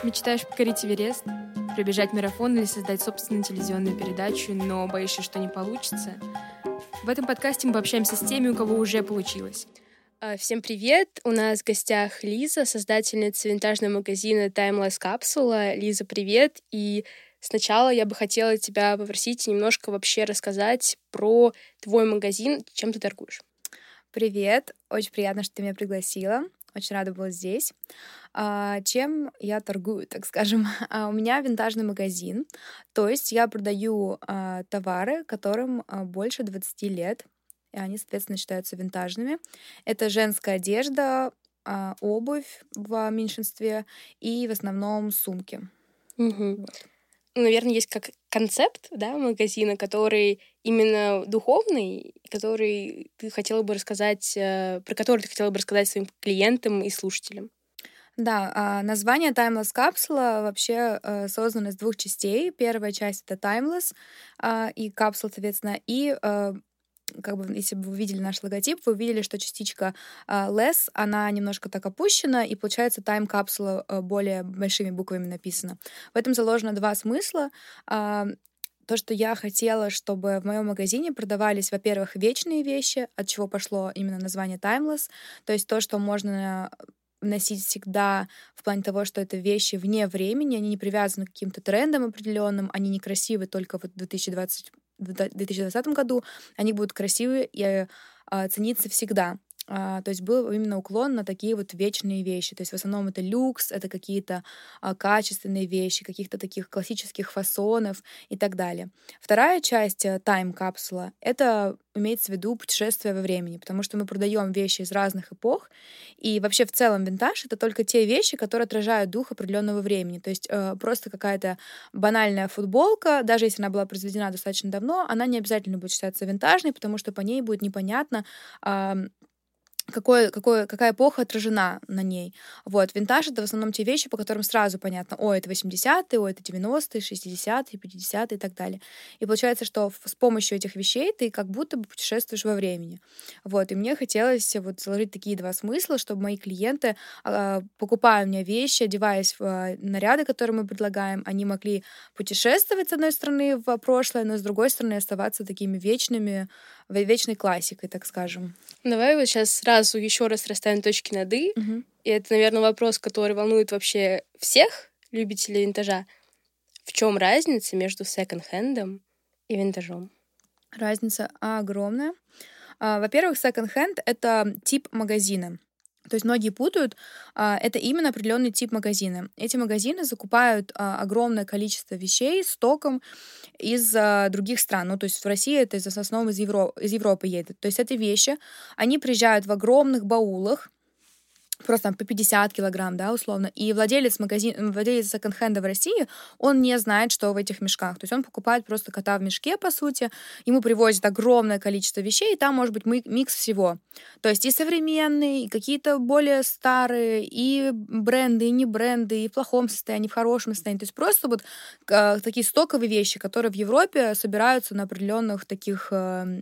Мечтаешь покорить Эверест, пробежать марафон или создать собственную телевизионную передачу, но боишься, что не получится? В этом подкасте мы пообщаемся с теми, у кого уже получилось. Всем привет! У нас в гостях Лиза, создательница винтажного магазина Timeless Capsule. Лиза, привет! И сначала я бы хотела тебя попросить немножко вообще рассказать про твой магазин, чем ты торгуешь. Привет! Очень приятно, что ты меня пригласила. Очень рада была здесь. Чем я торгую, так скажем? У меня винтажный магазин, то есть я продаю товары, которым больше 20 лет, и они, соответственно, считаются винтажными. Это женская одежда, обувь в меньшинстве и в основном сумки. Угу. Вот. Наверное, есть как концепт, да, магазина, который именно духовный, который ты хотела бы рассказать, про который ты хотела бы рассказать своим клиентам и слушателям. Да, название Timeless Capsule вообще создано из двух частей. Первая часть — это Timeless и капсула, соответственно, и как бы, если бы вы видели наш логотип, вы увидели, что частичка less, она немножко так опущена, и получается Time Capsule более большими буквами написано. В этом заложено два смысла. То, что я хотела, чтобы в моем магазине продавались, во-первых, вечные вещи, от чего пошло именно название Timeless, то есть то, что можно носить всегда в плане того, что это вещи вне времени, они не привязаны к каким-то трендам определенным, они не красивы только вот в 2020 году, они будут красивы и цениться всегда. То есть был именно уклон на такие вот вечные вещи. То есть в основном это люкс, это какие-то качественные вещи, каких-то таких классических фасонов и так далее. Вторая часть тайм-капсула — это имеется в виду путешествие во времени, потому что мы продаем вещи из разных эпох, и вообще в целом винтаж — это только те вещи, которые отражают дух определенного времени. То есть просто какая-то банальная футболка, даже если она была произведена достаточно давно, она не обязательно будет считаться винтажной, потому что по ней будет непонятно, какая эпоха отражена на ней. Вот. Винтаж — это в основном те вещи, по которым сразу понятно, это 80-е, это 90-е, 60-е, 50-е и так далее. И получается, что с помощью этих вещей ты как будто бы путешествуешь во времени. Вот. И мне хотелось вот заложить такие два смысла, чтобы мои клиенты, покупая у меня вещи, одеваясь в наряды, которые мы предлагаем, они могли путешествовать, с одной стороны, в прошлое, но с другой стороны оставаться такими вечными, вечной классикой, так скажем. Давай вот сейчас сразу еще раз расставим точки над «и». Угу. И это, наверное, вопрос, который волнует вообще всех любителей винтажа. В чем разница между секонд-хендом и винтажом? Разница огромная. Во-первых, секонд-хенд — это тип магазина. То есть многие путают, это именно определенный тип магазина. Эти магазины закупают огромное количество вещей стоком из других стран. Ну, то есть в России это в основном из Европы едет. То есть эти вещи, они приезжают в огромных баулах, просто там по 50 килограмм, да, условно. И владелец секонд-хенда в России, он не знает, что в этих мешках. То есть он покупает просто кота в мешке, по сути. Ему привозят огромное количество вещей, и там может быть микс всего. То есть и современные, и какие-то более старые, и бренды, и не бренды, и в плохом состоянии, и в хорошем состоянии. То есть просто вот такие стоковые вещи, которые в Европе собираются на определенных таких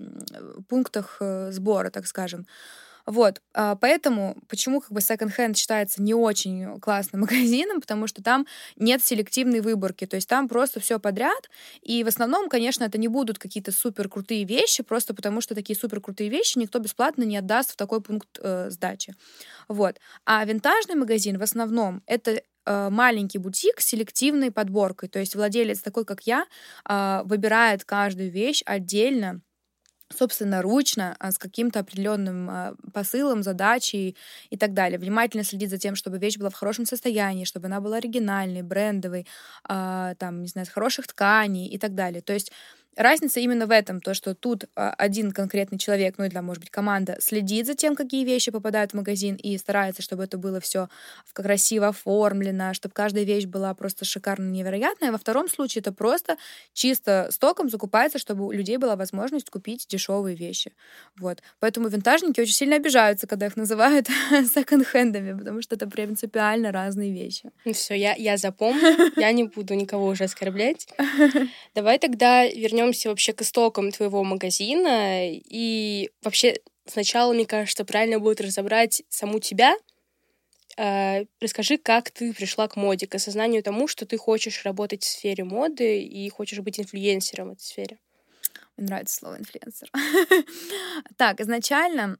пунктах сбора, так скажем. Вот, поэтому почему как бы секонд-хенд считается не очень классным магазином, потому что там нет селективной выборки, то есть там просто все подряд, и в основном, конечно, это не будут какие-то супер крутые вещи, просто потому что такие супер крутые вещи никто бесплатно не отдаст в такой пункт сдачи. Вот. А винтажный магазин в основном это маленький бутик с селективной подборкой, то есть владелец такой, как я, выбирает каждую вещь отдельно, собственноручно, с каким-то определенным посылом, задачей и так далее. Внимательно следит за тем, чтобы вещь была в хорошем состоянии, чтобы она была оригинальной, брендовой, там, не знаю, с хороших тканей и так далее. То есть разница именно в этом, то, что тут один конкретный человек, ну или, может быть, команда, следит за тем, какие вещи попадают в магазин и старается, чтобы это было все красиво оформлено, чтобы каждая вещь была просто шикарно невероятная. Во втором случае это просто чисто стоком закупается, чтобы у людей была возможность купить дешевые вещи. Вот. Поэтому винтажники очень сильно обижаются, когда их называют секонд-хендами, потому что это принципиально разные вещи. Ну все, я запомню, я не буду никого уже оскорблять. Давай тогда вернемся вообще к истокам твоего магазина. И вообще сначала, мне кажется, правильно будет разобрать саму тебя. Расскажи, как ты пришла к моде, к осознанию тому, что ты хочешь работать в сфере моды и хочешь быть инфлюенсером в этой сфере. Мне нравится слово инфлюенсер. Так, изначально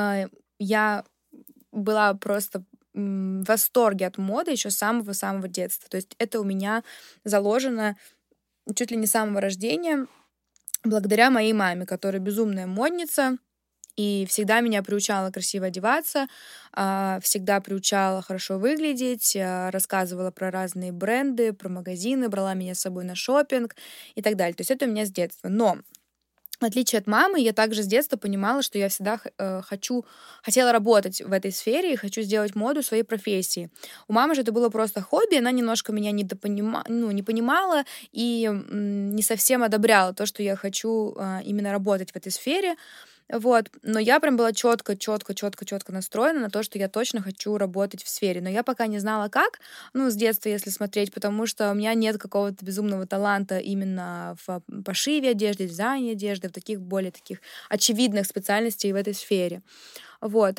я была просто в восторге от моды еще с самого-самого детства. То есть это у меня заложено чуть ли не с самого рождения, благодаря моей маме, которая безумная модница и всегда меня приучала красиво одеваться, всегда приучала хорошо выглядеть, рассказывала про разные бренды, про магазины, брала меня с собой на шопинг и так далее. То есть это у меня с детства. Но в отличие от мамы, я также с детства понимала, что я всегда хотела работать в этой сфере и хочу сделать моду своей профессией. У мамы же это было просто хобби, она немножко меня не понимала и не совсем одобряла то, что я хочу именно работать в этой сфере. Вот. Но я прям была четко настроена на то, что я точно хочу работать в сфере. Но я пока не знала, как, с детства, если смотреть, потому что у меня нет какого-то безумного таланта именно в пошиве одежды, дизайне одежды, в таких более таких очевидных специальностей в этой сфере. Вот.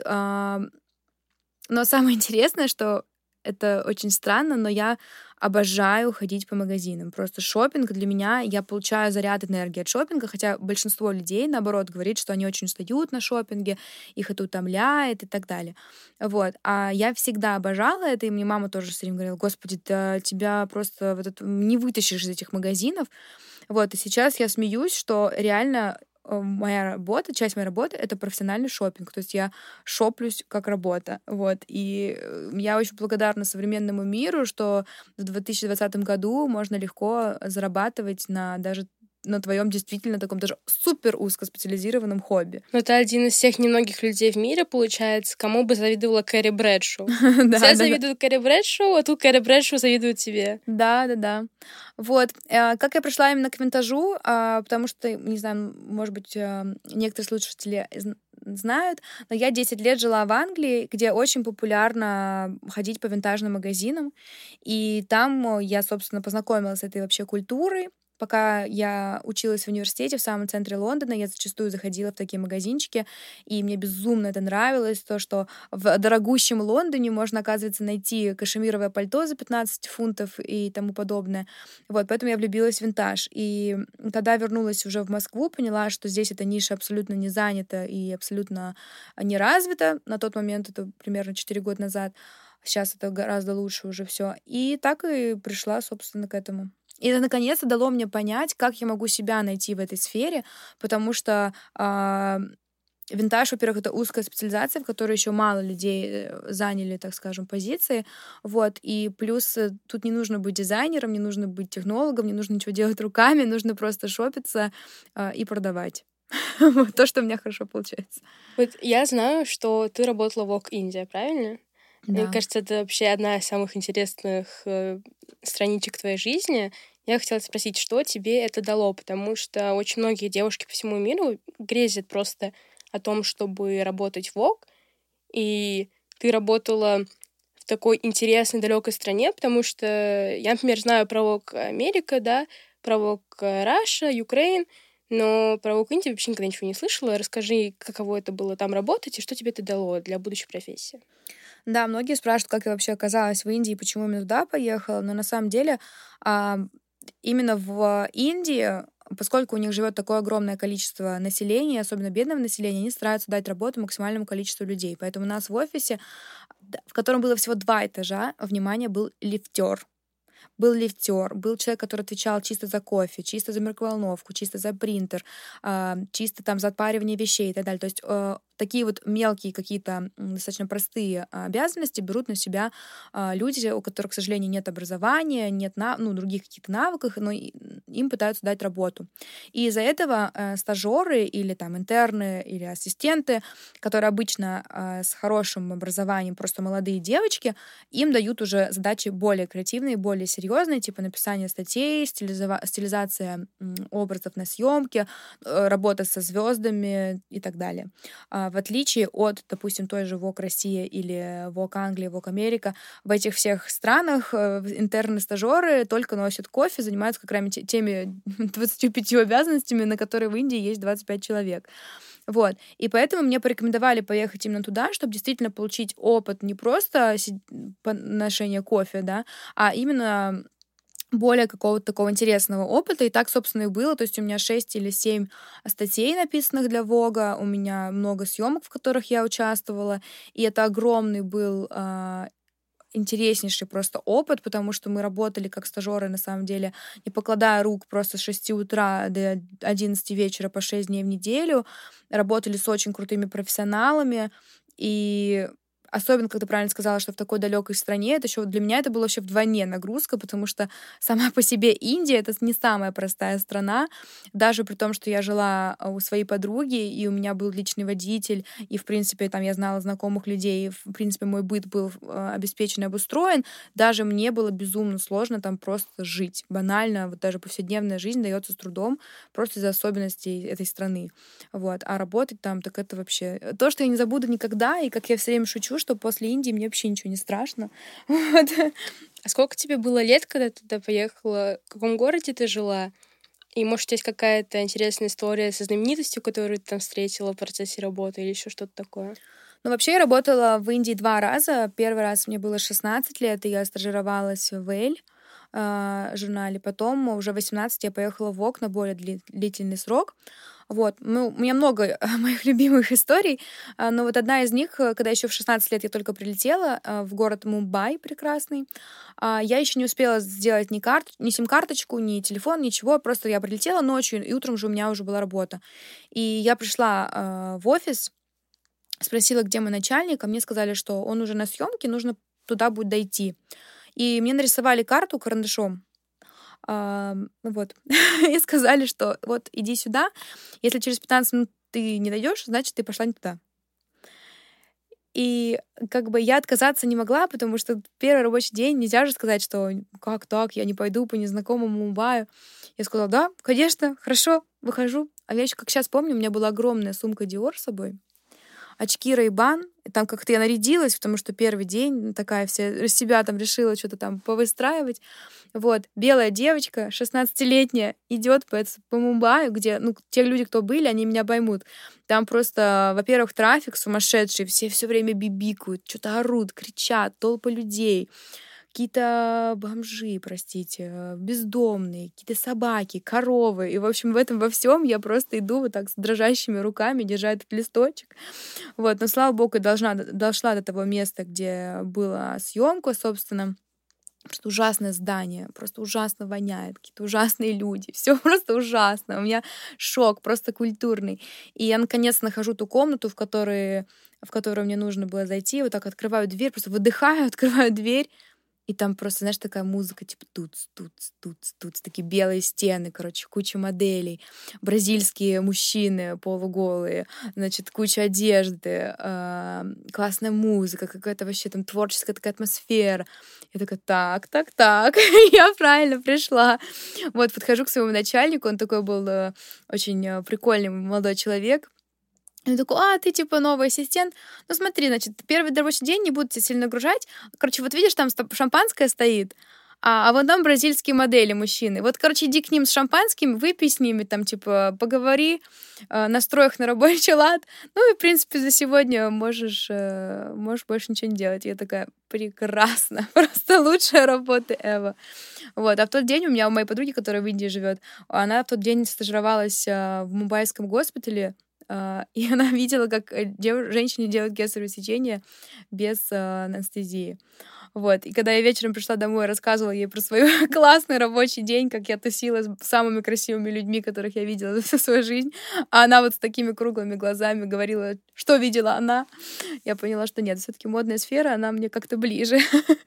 Но самое интересное, что это очень странно, но я обожаю ходить по магазинам. Просто шопинг для меня, я получаю заряд энергии от шопинга, хотя большинство людей, наоборот, говорит, что они очень устают на шопинге, их это утомляет и так далее. Вот. А я всегда обожала это, и мне мама тоже все время говорила: «Господи, да тебя просто не вытащишь из этих магазинов». Вот. И сейчас я смеюсь, что реально часть моей работы — это профессиональный шопинг. То есть я шоплюсь как работа. Вот. И я очень благодарна современному миру, что в 2020 году можно легко зарабатывать даже на твоем действительно таком даже супер узкоспециализированном хобби. Ну, это один из тех немногих людей в мире, получается, кому бы завидовала Кэрри Брэдшоу. Все завидуют Кэрри Брэдшоу, а тут Кэрри Брэдшоу завидует тебе. Да. Вот. Как я пришла именно к винтажу, потому что, не знаю, может быть, некоторые слушатели знают, но я 10 лет жила в Англии, где очень популярно ходить по винтажным магазинам, и там я, собственно, познакомилась с этой вообще культурой. Пока я училась в университете в самом центре Лондона, я зачастую заходила в такие магазинчики, и мне безумно это нравилось, то, что в дорогущем Лондоне можно, оказывается, найти кашемировое пальто за 15 фунтов и тому подобное. Вот, поэтому я влюбилась в винтаж. И когда вернулась уже в Москву, поняла, что здесь эта ниша абсолютно не занята и абсолютно не развита. На тот момент, это примерно 4 года назад, сейчас это гораздо лучше уже все. И так и пришла, собственно, к этому. И это наконец-то дало мне понять, как я могу себя найти в этой сфере, потому что винтаж, во-первых, это узкая специализация, в которой еще мало людей заняли, так скажем, позиции. Вот. И плюс тут не нужно быть дизайнером, не нужно быть технологом, не нужно ничего делать руками, нужно просто шопиться и продавать. Вот то, что у меня хорошо получается. Вот я знаю, что ты работала в Vogue India, правильно? Да. Мне кажется, это вообще одна из самых интересных страничек твоей жизни. Я хотела спросить, что тебе это дало, потому что очень многие девушки по всему миру грезят просто о том, чтобы работать в Vogue, и ты работала в такой интересной, далекой стране, потому что я, например, знаю про Vogue Америка, да, про Vogue Russia, Ukraine, но про Vogue India вообще никогда ничего не слышала. Расскажи, каково это было там работать и что тебе это дало для будущей профессии. Да, многие спрашивают, как я вообще оказалась в Индии, почему именно туда поехала, но на самом деле именно в Индии, поскольку у них живет такое огромное количество населения, особенно бедного населения, они стараются дать работу максимальному количеству людей. Поэтому у нас в офисе, в котором было всего 2 этажа, внимание, был лифтер. Был лифтер, был человек, который отвечал чисто за кофе, чисто за микроволновку, чисто за принтер, чисто там за отпаривание вещей и так далее. То есть такие вот мелкие какие-то достаточно простые обязанности берут на себя люди, у которых, к сожалению, нет образования, нет других каких-то навыков, но им пытаются дать работу. И из-за этого стажеры или там интерны или ассистенты, которые обычно с хорошим образованием, просто молодые девочки, им дают уже задачи более креативные, более серьезные, типа написание статей, стилизация образов на съемке, работа со звездами и так далее. В отличие от, допустим, той же Vogue Россия или Vogue Англия, Vogue Америка, в этих всех странах интерны-стажеры только носят кофе, занимаются как раз теми 25 обязанностями, на которые в Индии есть 25 человек. Вот. И поэтому мне порекомендовали поехать именно туда, чтобы действительно получить опыт не просто ношения кофе, да, а именно более какого-то такого интересного опыта. И так, собственно, и было. То есть у меня 6 или 7 статей, написанных для Вога, у меня много съемок, в которых я участвовала, и это огромный был интереснейший просто опыт, потому что мы работали как стажеры, на самом деле, не покладая рук, просто с 6 утра до 11 вечера по 6 дней в неделю, работали с очень крутыми профессионалами, и особенно, как ты правильно сказала, что в такой далекой стране, это еще для меня это было вообще вдвойне нагрузка, потому что сама по себе Индия — это не самая простая страна, даже при том, что я жила у своей подруги, и у меня был личный водитель, и, в принципе, там я знала знакомых людей, и, в принципе, мой быт был обеспечен и обустроен, даже мне было безумно сложно там просто жить. Банально, вот даже повседневная жизнь дается с трудом, просто из-за особенностей этой страны. Вот. А работать там, так это вообще... То, что я не забуду никогда, и как я все время шучу, что после Индии мне вообще ничего не страшно. Вот. А сколько тебе было лет, когда ты туда поехала? В каком городе ты жила? И, может, есть какая-то интересная история со знаменитостью, которую ты там встретила в процессе работы или еще что-то такое? Ну, вообще, я работала в Индии 2 раза. Первый раз мне было 16 лет, и я стажировалась в Elle журнале. Потом уже в 18 я поехала в Vogue на более длительный срок. Вот. Ну, у меня много моих любимых историй, но вот одна из них, когда еще в 16 лет я только прилетела в город Мумбай прекрасный, я еще не успела сделать ни сим-карточку, ни телефон, ничего, просто я прилетела ночью, и утром же у меня уже была работа. И я пришла в офис, спросила, где мой начальник, а мне сказали, что он уже на съемке, нужно туда будет дойти. И мне нарисовали карту карандашом, вот. И сказали, что вот иди сюда, если через 15 минут ты не дойдешь, значит, ты пошла не туда. И как бы я отказаться не могла, потому что первый рабочий день нельзя же сказать, что как так, я не пойду по незнакомому Мумбаю. Я сказала, да, конечно, хорошо, выхожу. А я еще, как сейчас помню, у меня была огромная сумка Dior с собой, очки Ray-Ban, там как-то я нарядилась, потому что первый день такая вся из себя там решила что-то там повыстраивать. Вот, белая девочка, 16-летняя, идет по Мумбаи, где, ну, те люди, кто были, они меня поймут. Там просто, во-первых, трафик сумасшедший, все время бибикают, что-то орут, кричат, толпы людей. Какие-то бомжи, простите, бездомные, какие-то собаки, коровы. И, в общем, в этом во всем я просто иду вот так с дрожащими руками, держа этот листочек. Вот, но, слава богу, дошла до того места, где была съемка, собственно. Просто ужасное здание, просто ужасно воняет, какие-то ужасные люди, все просто ужасно. У меня шок просто культурный. И я, наконец, нахожу ту комнату, в которую мне нужно было зайти, вот так открываю дверь, просто выдыхаю, открываю дверь, и там просто, знаешь, такая музыка, типа туц, такие белые стены, короче, куча моделей, бразильские мужчины полуголые, значит, куча одежды, классная музыка, какая-то вообще там творческая такая атмосфера. Я такая, так, я правильно пришла. Вот, подхожу к своему начальнику, он такой был очень прикольный молодой человек. И он такой, ты типа новый ассистент. Ну смотри, значит, первый рабочий день не буду тебя сильно нагружать. Короче, вот видишь, там шампанское стоит, а вон там бразильские модели, мужчины. Вот, короче, иди к ним с шампанским, выпей с ними, там, типа, поговори, настрой их на рабочий лад. Ну и, в принципе, за сегодня можешь больше ничего не делать. Я такая, прекрасно, просто лучшая работа ever. Вот, а в тот день у моей подруги, которая в Индии живет, она в тот день стажировалась в мумбайском госпитале, и она видела, как женщине делают кесарево сечение без анестезии. Вот. И когда я вечером пришла домой и рассказывала ей про свой классный рабочий день, как я тусила с самыми красивыми людьми, которых я видела за всю свою жизнь, а она вот с такими круглыми глазами говорила, что видела она, я поняла, что нет, все-таки модная сфера, она мне как-то ближе.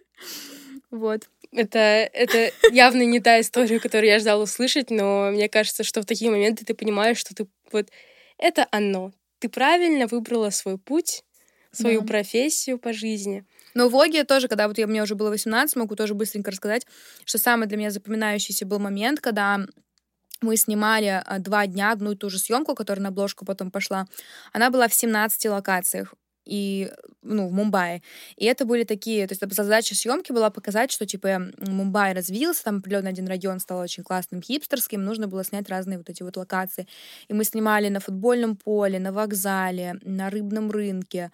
Вот. Это явно не та история, которую я ждала услышать, но мне кажется, что в такие моменты ты понимаешь, что ты вот это оно. Ты правильно выбрала свой путь, свою профессию по жизни. Но в Воге тоже, когда вот мне уже было 18, могу тоже быстренько рассказать, что самый для меня запоминающийся был момент, когда мы снимали 2 дня одну и ту же съемку, которая на обложку потом пошла. Она была в 17 локациях. и, ну, в Мумбаи. И это были такие, то есть задача съемки была показать, что, типа, Мумбай развился, там определенный один район стал очень классным, хипстерским, нужно было снять разные вот эти вот локации. И мы снимали на футбольном поле, на вокзале, на рыбном рынке,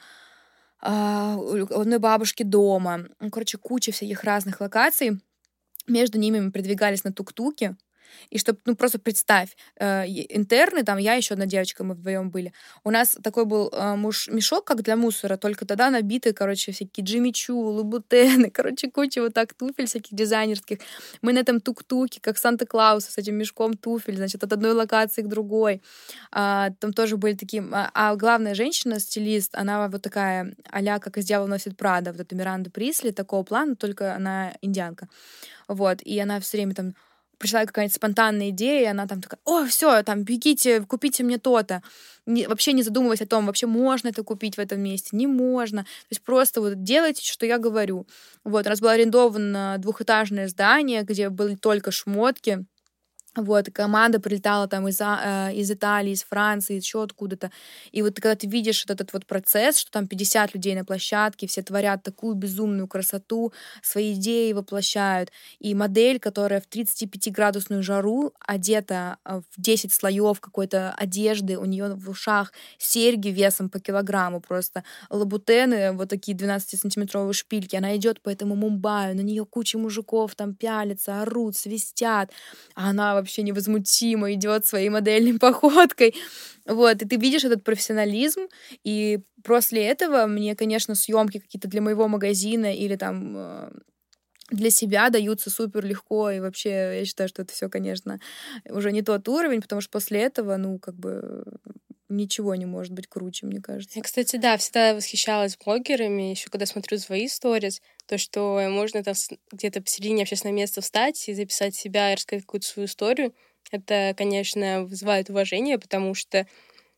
у одной бабушки дома. Ну, короче, куча всяких разных локаций. Между ними мы передвигались на тук-туке. И чтобы, ну, просто представь, интерны, там я еще одна девочка, мы вдвоем были. У нас такой был мешок, как для мусора, только тогда набитый, короче, всякие Джимми Чу, Лубутены, короче, куча вот так туфель всяких дизайнерских. Мы на этом тук-туке, как Санта-Клаус, с этим мешком туфель, значит, от одной локации к другой. Там тоже были такие... А главная женщина, стилист, она вот такая а-ля, как из «Дьявол носит Прада», вот эта Миранда Присли, такого плана, только она индианка. Вот, и она все время там пришла какая-нибудь спонтанная идея, и она там такая: о, все, там, бегите, купите мне то-то. Вообще не задумываясь о том, вообще можно это купить в этом месте, не можно. То есть просто вот делайте, что я говорю. Вот, у нас было арендовано двухэтажное здание, где были только шмотки. Вот, и команда прилетала там из Италии, из Франции, еще откуда-то. И вот когда ты видишь этот вот процесс, что там 50 людей на площадке, все творят такую безумную красоту, свои идеи воплощают. И модель, которая в 35-градусную жару одета в 10 слоев какой-то одежды, у нее в ушах серьги весом по килограмму просто, лабутены, вот такие 12-сантиметровые шпильки. Она идет по этому Мумбаю, на нее куча мужиков там пялятся, орут, свистят. А она вообще невозмутимо идет своей модельной походкой. Вот, и ты видишь этот профессионализм, и после этого мне, конечно, съемки какие-то для моего магазина или там для себя даются супер легко, и вообще я считаю, что это все, конечно, уже не тот уровень, потому что после этого, ну, как бы ничего не может быть круче, мне кажется. Я, кстати, да, всегда восхищалась блогерами, еще когда смотрю свои сторис, то, что можно там где-то посередине общественного места встать и записать себя и рассказать какую-то свою историю. Это, конечно, вызывает уважение, потому что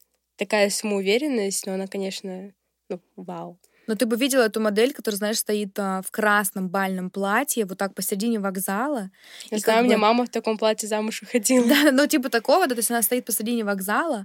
такая самоуверенность, но она, конечно, ну, вау. Но ты бы видела эту модель, которая, знаешь, стоит в красном бальном платье, вот так посередине вокзала. Я знаю, у меня мама в таком платье замуж выходила. Да, ну типа такого, да, то есть она стоит посередине вокзала,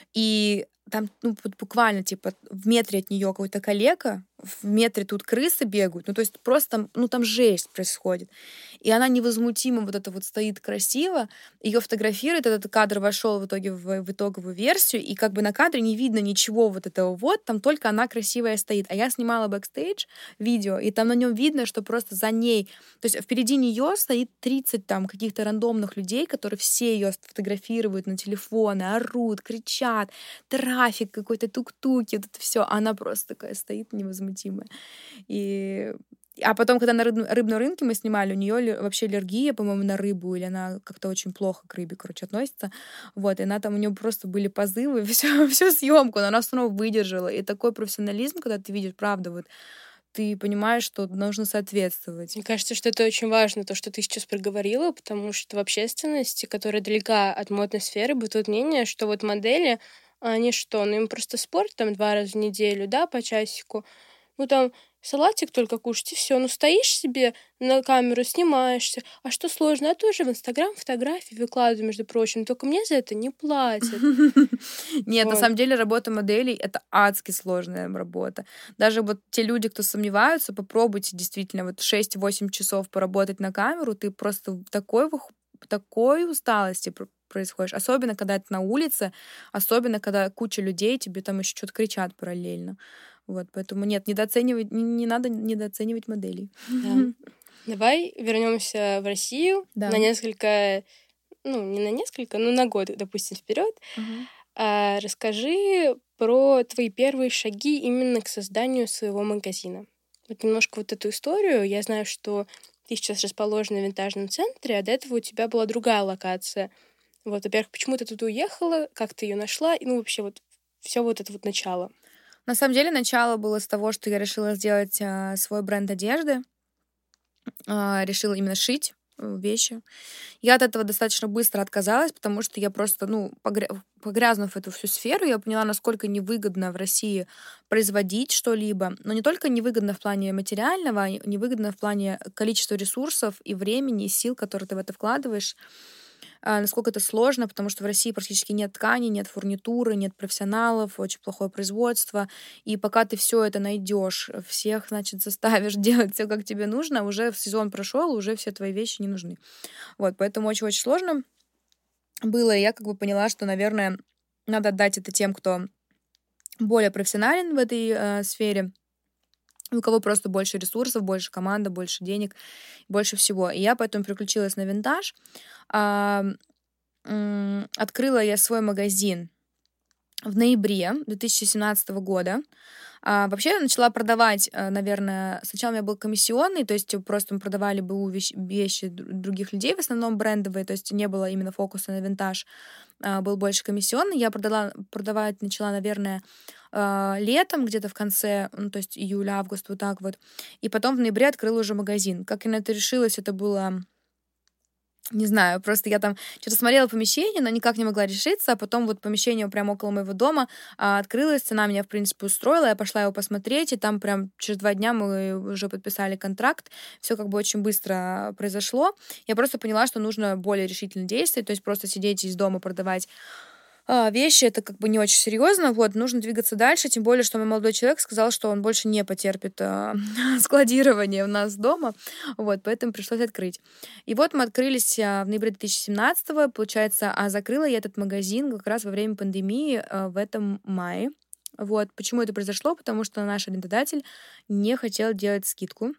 и там, ну, буквально, типа, в метре от нее какой-то калека, в метре тут крысы бегают, ну, то есть просто, ну, там жесть происходит. И она невозмутимо вот это вот стоит красиво, ее фотографирует, этот кадр вошел в итоге в итоговую версию, и как бы на кадре не видно ничего вот этого вот, там только она красивая стоит. А я снимала бэкстейдж видео, и там на нем видно, что просто за ней, то есть впереди нее стоит 30 там каких-то рандомных людей, которые все ее фотографируют на телефоны, орут, кричат, трафик какой-то, тук-туки, вот это все. Она просто такая стоит невозмутимая. А потом, когда на рыбном рынке мы снимали, у нее вообще аллергия, по-моему, на рыбу, или она как-то очень плохо к рыбе, короче, относится. Вот, и она там, у нее просто были позывы, всю съемку, но она все равно выдержала. И такой профессионализм, когда ты видишь, правда, вот ты понимаешь, что нужно соответствовать. Мне кажется, что это очень важно, то, что ты сейчас проговорила, потому что в общественности, которая далека от модной сферы, бытует мнение, что вот модели, они что, ну им просто спорт там 2 раза в неделю, да, по часику, ну там салатик только кушать, и все. Ну, стоишь себе на камеру, снимаешься. А что сложно? Я тоже в Инстаграм фотографии выкладываю, между прочим. Только мне за это не платят. Нет, на самом деле работа моделей — это адски сложная работа. Даже вот те люди, кто сомневаются, попробуйте действительно вот 6-8 часов поработать на камеру, ты просто такой усталости происходишь. Особенно, когда это на улице, особенно, когда куча людей, тебе там еще что-то кричат параллельно. Вот, поэтому нет, не надо недооценивать моделей. Да. Давай вернемся в Россию на несколько, ну, не на несколько, но на год, допустим, вперед. Расскажи про твои первые шаги именно к созданию своего магазина. Вот немножко вот эту историю. Я знаю, что ты сейчас расположена в винтажном центре, а до этого у тебя была другая локация. Вот, во-первых, почему ты туда уехала, как ты ее нашла, и ну вообще вот все вот это вот начало. На самом деле начало было с того, что я решила сделать свой бренд одежды, решила именно шить вещи. Я от этого достаточно быстро отказалась, потому что я просто, ну, погрязнув в эту всю сферу, я поняла, насколько невыгодно в России производить что-либо. Но не только невыгодно в плане материального, невыгодно в плане количества ресурсов и времени, и сил, которые ты в это вкладываешь. насколько это сложно, потому что в России практически нет ткани, нет фурнитуры, нет профессионалов, очень плохое производство. И пока ты все это найдешь, всех, значит, заставишь делать все, как тебе нужно, уже сезон прошел, уже все твои вещи не нужны. Вот, поэтому очень-очень сложно было. И я как бы поняла, что, наверное, надо отдать это тем, кто более профессионален в этой сфере, у кого просто больше ресурсов, больше команда, больше денег, больше всего. И я поэтому переключилась на винтаж. А, Открыла я свой магазин в ноябре 2017 года. Вообще я начала продавать, наверное, сначала у меня был комиссионный, то есть просто мы продавали БУ вещи других людей, в основном брендовые, то есть не было именно фокуса на винтаж, был больше комиссионный. Я продавать начала, наверное, летом, где-то в конце, ну, то есть июля-август, вот так вот. И потом в ноябре открыла уже магазин. Как я на это решилась, это было... Не знаю, просто я там что-то смотрела помещение, но никак не могла решиться, а потом вот помещение прямо около моего дома открылось, цена меня, в принципе, устроила, я пошла его посмотреть, и там прям через 2 дня мы уже подписали контракт, все как бы очень быстро произошло. Я просто поняла, что нужно более решительно действовать, то есть просто сидеть из дома продавать вещи, это как бы не очень серьезно, вот, нужно двигаться дальше, тем более, что мой молодой человек сказал, что он больше не потерпит складирование у нас дома, вот, поэтому пришлось открыть. И вот мы открылись в ноябре 2017-го, получается, а закрыла я этот магазин как раз во время пандемии в этом мае. Вот, почему это произошло? Потому что наш арендодатель не хотел делать скидку.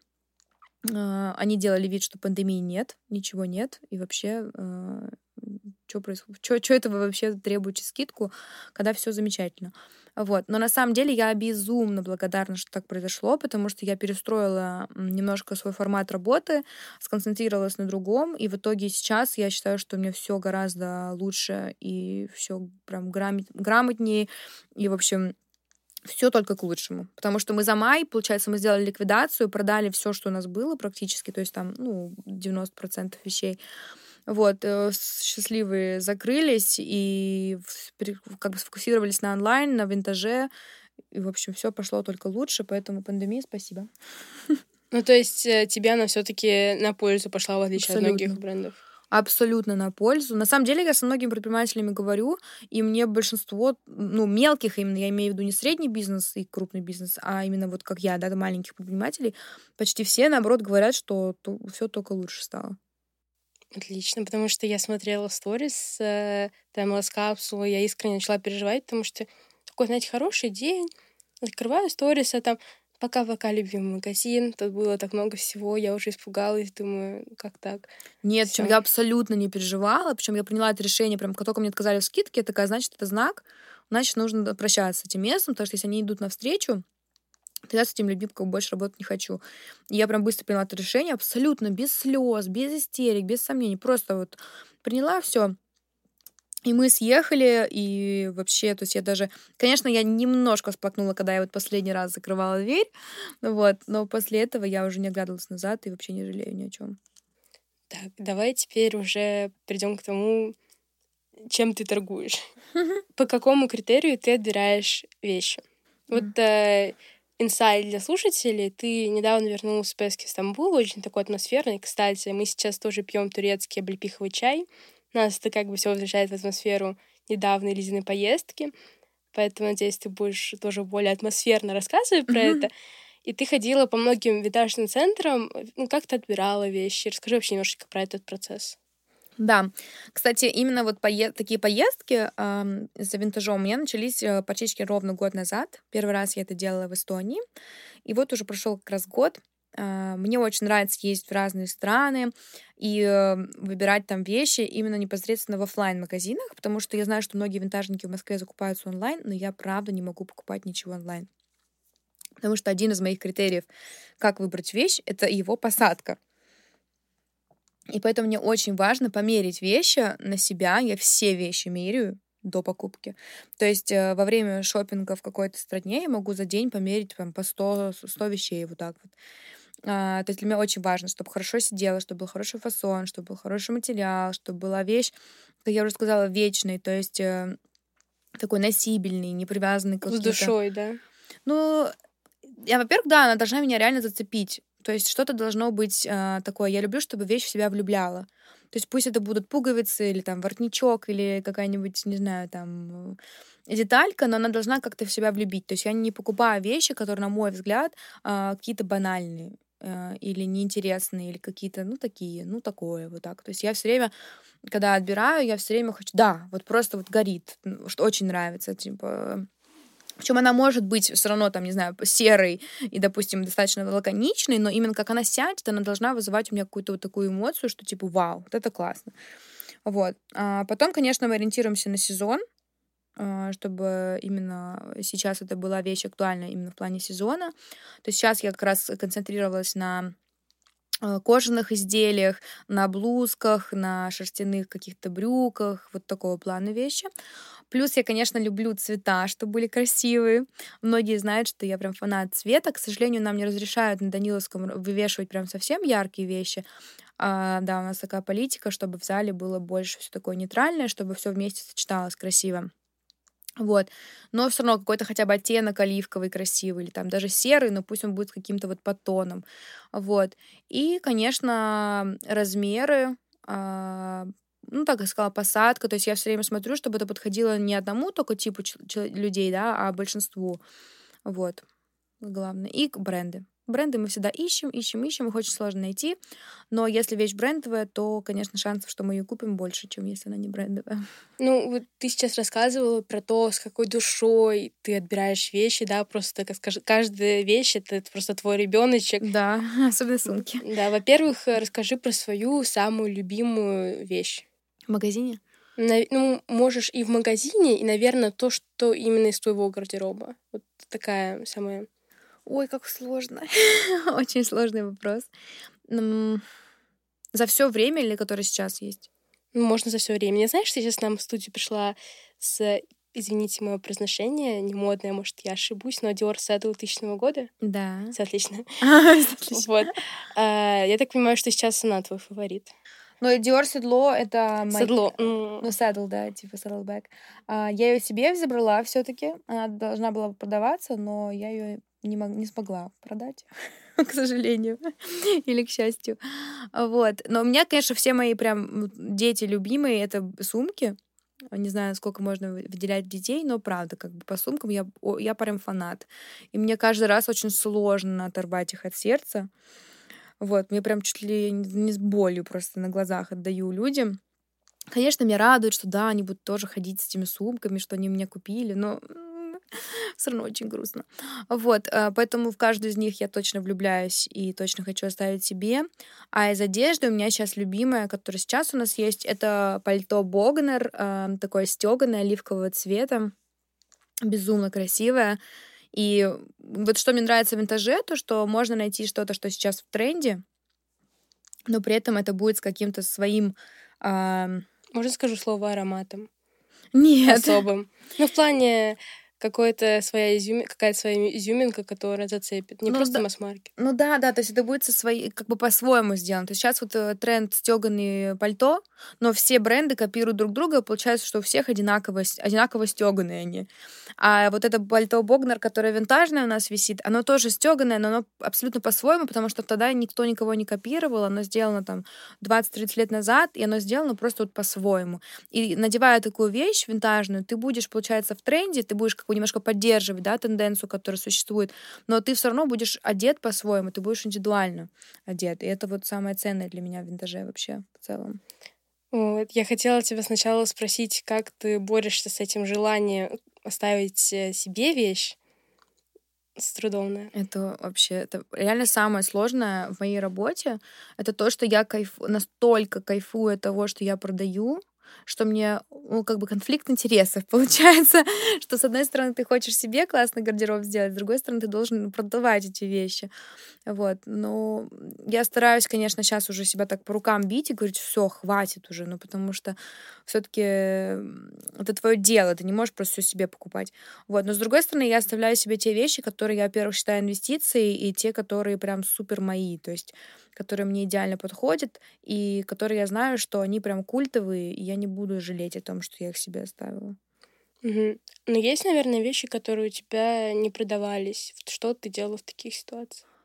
Они делали вид, что пандемии нет, ничего нет, и вообще что происходит, что это вы вообще требуете скидку, когда все замечательно. Вот. Но на самом деле я безумно благодарна, что так произошло, потому что я перестроила немножко свой формат работы, сконцентрировалась на другом, и в итоге сейчас я считаю, что у меня все гораздо лучше и все прям грамотнее, и, в общем, все только к лучшему. Потому что мы за май, получается, мы сделали ликвидацию, продали все, что у нас было практически, то есть там, 90% вещей. Вот, счастливые закрылись и как бы сфокусировались на онлайн, на винтаже. И, в общем, все пошло только лучше, поэтому пандемии спасибо. Ну, то есть тебе она все-таки на пользу пошла, в отличие от многих брендов? Абсолютно на пользу. На самом деле, я со многими предпринимателями говорю, и мне большинство, мелких именно, я имею в виду не средний бизнес и крупный бизнес, а именно вот как я, да, маленьких предпринимателей, почти все, наоборот, говорят, что все только лучше стало. Отлично, потому что я смотрела сторис таймлесс-капсулы, я искренне начала переживать, потому что такой, знаете, хороший день, открываю сторис, а там пока-пока, любимый магазин, тут было так много всего, я уже испугалась, думаю, как так? Нет, причем я абсолютно не переживала, причем я приняла это решение, прям как только мне отказали в скидке, я такая, значит, это знак, значит, нужно прощаться с этим местом, потому что если они идут навстречу, тогда с этими людьми больше работать не хочу. И я прям быстро приняла это решение, абсолютно без слез, без истерик, без сомнений, просто вот приняла все. И мы съехали, и вообще, то есть я даже... Конечно, я немножко всплакнула, когда я вот последний раз закрывала дверь, вот, но после этого я уже не оглядывалась назад и вообще не жалею ни о чем. Так, давай теперь уже перейдем к тому, чем ты торгуешь. По какому критерию ты отбираешь вещи? Вот инсайт для слушателей. Ты недавно вернулся с поездки в Стамбул, очень такой атмосферный. Кстати, мы сейчас тоже пьем турецкий облепиховый чай. Нас это как бы все возвращает в атмосферу недавней Лизиной поездки. Поэтому, надеюсь, ты будешь тоже более атмосферно рассказывать про это. И ты ходила по многим винтажным центрам. Как ты отбирала вещи? Расскажи вообще немножечко про этот процесс. Да. Кстати, именно вот такие поездки за винтажом у меня начались почти ровно год назад. Первый раз я это делала в Эстонии. И вот уже прошел как раз год. Мне очень нравится ездить в разные страны и выбирать там вещи именно непосредственно в офлайн-магазинах, потому что я знаю, что многие винтажники в Москве закупаются онлайн, но я правда не могу покупать ничего онлайн. Потому что один из моих критериев, как выбрать вещь, это его посадка. И поэтому мне очень важно померить вещи на себя. Я все вещи меряю до покупки. То есть во время шопинга в какой-то стране я могу за день померить прям по 100 вещей вот так вот. То есть для меня очень важно, чтобы хорошо сидела, чтобы был хороший фасон, чтобы был хороший материал, чтобы была вещь, как я уже сказала, вечной, то есть такой носибельный, не привязанный к каким-то... С душой, да? Ну, во-первых, да, она должна меня реально зацепить. То есть что-то должно быть такое. Я люблю, чтобы вещь в себя влюбляла. То есть пусть это будут пуговицы или там воротничок или какая-нибудь, не знаю, там деталька, но она должна как-то в себя влюбить. То есть я не покупаю вещи, которые, на мой взгляд, какие-то банальные или неинтересные, или какие-то, ну, такие, ну, такое, вот так. То есть я все время, когда отбираю, я все время хочу, да, вот просто вот горит, что очень нравится, типа. Причем она может быть все равно, там, не знаю, серой и, допустим, достаточно лаконичной, но именно как она сядет, она должна вызывать у меня какую-то вот такую эмоцию, что типа вау, вот это классно. Вот. А потом, конечно, мы ориентируемся на сезон, чтобы именно сейчас это была вещь актуальна именно в плане сезона. То есть сейчас я как раз концентрировалась на кожаных изделиях, на блузках, на шерстяных каких-то брюках, вот такого плана вещи. Плюс я, конечно, люблю цвета, чтобы были красивые. Многие знают, что я прям фанат цвета. К сожалению, нам не разрешают на Даниловском вывешивать прям совсем яркие вещи. Да, у нас такая политика, чтобы в зале было больше все такое нейтральное, чтобы все вместе сочеталось красиво. Вот. Но все равно какой-то хотя бы оттенок оливковый красивый, или там даже серый, но пусть он будет с каким-то вот подтоном. Вот. И, конечно, размеры, ну, так я сказала, посадка. То есть я все время смотрю, чтобы это подходило не одному только типу людей, да, а большинству. Вот. Главное. И бренды. Бренды мы всегда ищем, их очень сложно найти. Но если вещь брендовая, то, конечно, шансов, что мы ее купим, больше, чем если она не брендовая. Ну, вот ты сейчас рассказывала про то, с какой душой ты отбираешь вещи, да, просто, как скажешь, каждая вещь — это просто твой ребеночек. Да, особенно сумки. Да, во-первых, расскажи про свою самую любимую вещь. В магазине? Ну, можешь и в магазине, и, наверное, то, что именно из твоего гардероба. Вот такая самая... Ой, как сложно. Очень сложный вопрос. За все время или которое сейчас есть? Ну, можно за все время. Я знаешь, что сейчас к нам в студию пришла с, извините мое произношение, не модное, может, я ошибусь, но Dior Saddle 2000 года. Да. Всё отлично. Отлично. Вот. Я так понимаю, что сейчас она твой фаворит. Но Dior седло — это... Седло. Ну, saddle, да, типа saddleback. Я ее себе забрала все-таки. Она должна была продаваться, но я ее не смогла продать, к сожалению, или к счастью. Вот. Но у меня, конечно, все мои прям дети любимые — это сумки. Не знаю, сколько можно выделять детей, но правда, как бы по сумкам я прям фанат. И мне каждый раз очень сложно оторвать их от сердца. Вот, мне прям чуть ли не с болью просто на глазах отдаю людям. Конечно, меня радует, что да, они будут тоже ходить с этими сумками, что они меня купили, но все равно очень грустно. Вот, поэтому в каждую из них я точно влюбляюсь и точно хочу оставить себе. А из одежды у меня сейчас любимая, которая сейчас у нас есть, это пальто Богнер, такое стёганое оливкового цвета, безумно красивое. И вот что мне нравится в винтаже, то что можно найти что-то, что сейчас в тренде, но при этом это будет с каким-то своим... Можно скажу слово ароматом? Нет. Особым. Ну, в плане какая-то своя изюминка, которая зацепит. Не просто масс-маркет. Ну да, то есть это будет как бы по-своему сделано. То есть сейчас вот тренд стёганые пальто, но все бренды копируют друг друга, и получается, что у всех одинаково стёганые они. А вот это пальто Богнер, которое винтажное у нас висит, оно тоже стёганое, но оно абсолютно по-своему, потому что тогда никто никого не копировал, оно сделано там 20-30 лет назад, и оно сделано просто вот по-своему. И надевая такую вещь винтажную, ты будешь, получается, в тренде, ты будешь как бы немножко поддерживать, да, тенденцию, которая существует, но ты все равно будешь одет по-своему, ты будешь индивидуально одет. И это вот самое ценное для меня в винтаже вообще в целом. Вот. Я хотела тебя сначала спросить, как ты борешься с этим желанием оставить себе вещь с трудом, да? Это реально самое сложное в моей работе. Это то, что я настолько кайфую от того, что я продаю, что мне, ну, как бы конфликт интересов получается, что с одной стороны ты хочешь себе классный гардероб сделать, с другой стороны ты должен продавать эти вещи. Вот. Но я стараюсь, конечно, сейчас уже себя так по рукам бить и говорить, все, хватит уже, ну, потому что все-таки это твое дело, ты не можешь просто все себе покупать. Вот. Но с другой стороны, я оставляю себе те вещи, которые я, во-первых, считаю инвестицией, и те, которые прям супер мои, то есть которые мне идеально подходят, и которые я знаю, что они прям культовые, и я не буду жалеть о том, что я их себе оставила. Угу. Но есть, наверное, вещи, которые у тебя не продавались. Что ты делала в таких ситуациях?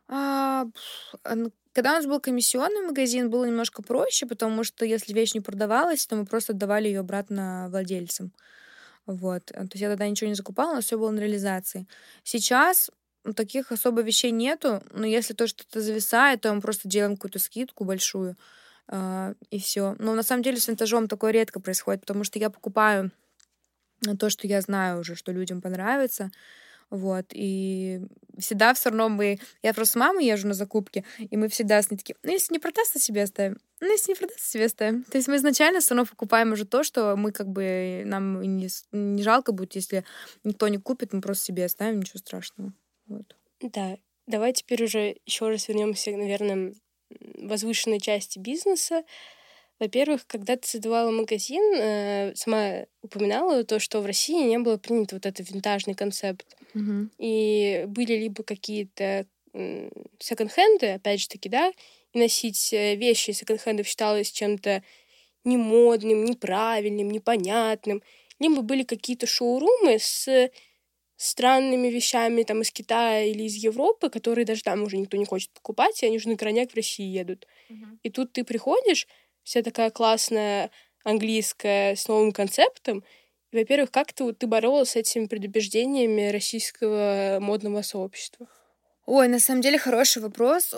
Когда у нас был комиссионный магазин, было немножко проще, потому что если вещь не продавалась, то мы просто отдавали ее обратно владельцам. Вот. То есть я тогда ничего не закупала, у нас все было на реализации. Сейчас таких особо вещей нету, но если то что-то зависает, то мы просто делаем какую-то скидку большую, и все. Но на самом деле с винтажом такое редко происходит, потому что я покупаю то, что я знаю уже, что людям понравится. Вот, и всегда все равно Я просто с мамой езжу на закупки, и мы всегда с ней такие: ну, если не продастся, себе оставим. Ну, если не продастся, себе оставим. То есть мы изначально все равно покупаем уже то, что мы как бы... Нам и не жалко будет, если никто не купит, мы просто себе оставим, ничего страшного. Вот. Да, давай теперь уже еще раз вернемся, наверное, возвышенной части бизнеса. Во-первых, когда ты создавала магазин, сама упоминала то, что в России не было принят вот этот винтажный концепт. Мгм. И были либо какие-то секонд-хенды, опять же таки, да, и носить вещи секонд-хендов считалось чем-то немодным, неправильным, непонятным. Либо были какие-то шоурумы с странными вещами там из Китая или из Европы, которые даже там уже никто не хочет покупать, и они уже на крайняк в России едут. И тут ты приходишь, вся такая классная английская с новым концептом. И, во-первых, как ты боролась с этими предубеждениями российского модного сообщества? Ой, на самом деле хороший вопрос.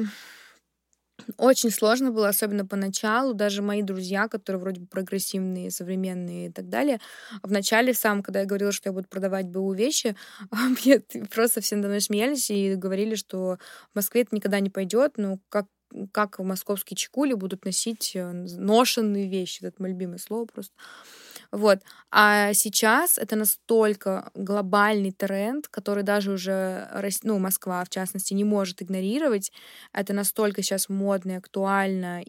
Очень сложно было, особенно поначалу. Даже мои друзья, которые вроде бы прогрессивные, современные и так далее, вначале сам, когда я говорила, что я буду продавать БУ вещи, мне просто все надо мной смеялись и говорили, что в Москве это никогда не пойдет. Ну, как московские чекули будут носить ношенные вещи? Это мое любимое слово просто. Вот. А сейчас это настолько глобальный тренд, который даже уже Москва, в частности, не может игнорировать. Это настолько сейчас модно и актуально,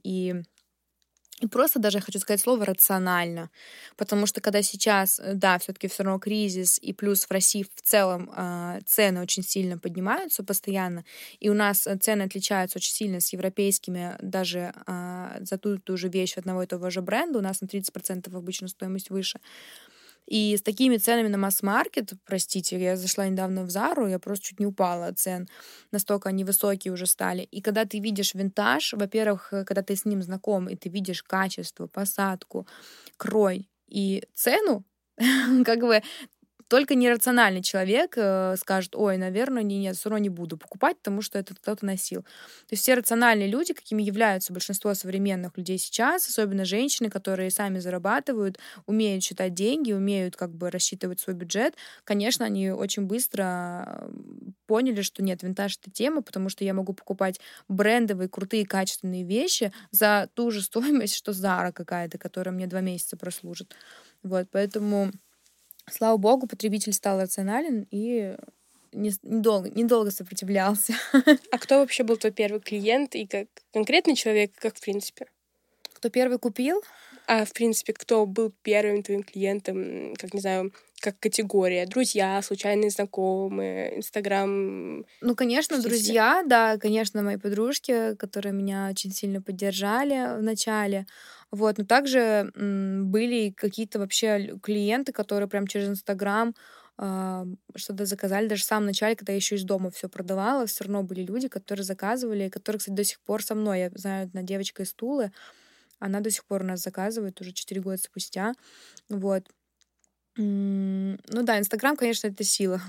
и просто даже, я хочу сказать слово, рационально. Потому что когда сейчас, да, все-таки все равно кризис, и плюс в России в целом цены очень сильно поднимаются постоянно, и у нас цены отличаются очень сильно с европейскими, даже за ту же вещь одного и того же бренда, у нас на 30% обычно стоимость выше. И с такими ценами на масс-маркет, простите, я зашла недавно в Зару, я просто чуть не упала от цен. Настолько они высокие уже стали. И когда ты видишь винтаж, во-первых, когда ты с ним знаком, и ты видишь качество, посадку, крой и цену, как бы только нерациональный человек скажет: ой, наверное, нет, все равно не буду покупать, потому что это кто-то носил. То есть все рациональные люди, какими являются большинство современных людей сейчас, особенно женщины, которые сами зарабатывают, умеют считать деньги, умеют как бы рассчитывать свой бюджет, конечно, они очень быстро поняли, что нет, винтаж — это тема, потому что я могу покупать брендовые, крутые, качественные вещи за ту же стоимость, что Zara какая-то, которая мне 2 месяца прослужит. Вот, поэтому... Слава богу, потребитель стал рационален и недолго сопротивлялся. А кто вообще был твой первый клиент и как конкретный человек, как в принципе? Кто первый купил? А в принципе, кто был первым твоим клиентом, как, не знаю, как категория? Друзья, случайные знакомые, Инстаграм? Ну, конечно, Почти все. друзья, да, конечно, мои подружки, которые меня очень сильно поддержали в начале. Вот, но также были какие-то вообще клиенты, которые прям через Инстаграм что-то заказали. Даже в самом начале, когда я еще из дома все продавала, все равно были люди, которые заказывали, и которые, кстати, до сих пор со мной. Я знаю, одна девочка из Тулы, она до сих пор у нас заказывает, уже 4 года спустя. Вот. Ну да, Инстаграм, конечно, это сила.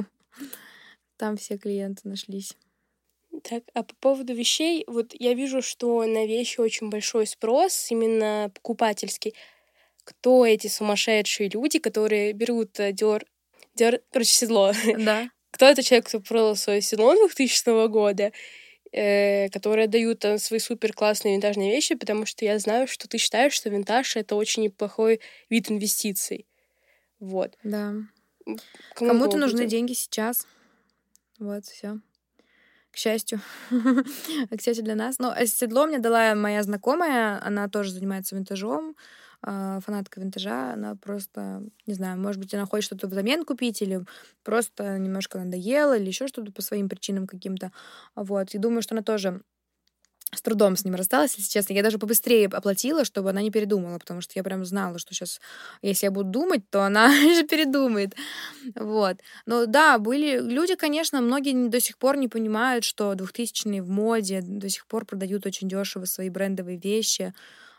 Там все клиенты нашлись. Так, а по поводу вещей, вот я вижу, что на вещи очень большой спрос, именно покупательский. Кто эти сумасшедшие люди, которые берут короче, седло? Да. Кто это человек, кто продал свое седло 2000 года, которые дают свои супер классные винтажные вещи, потому что я знаю, что ты считаешь, что винтаж — это очень неплохой вид инвестиций. Вот. Да. Кому Кому-то бы нужны людям? деньги сейчас. Вот, все. К счастью. К счастью для нас. Но седло мне дала моя знакомая. Она тоже занимается винтажом. Фанатка винтажа. Она просто, не знаю, может быть, она хочет что-то взамен купить, или просто немножко надоело, или еще что-то по своим причинам каким-то. Вот. И думаю, что она тоже с трудом с ним рассталась, если честно. Я даже побыстрее оплатила, чтобы она не передумала, потому что я прям знала, что сейчас, если я буду думать, то она же передумает. Вот. Но да, были люди, конечно, многие до сих пор не понимают, что 2000-е в моде, до сих пор продают очень дешево свои брендовые вещи.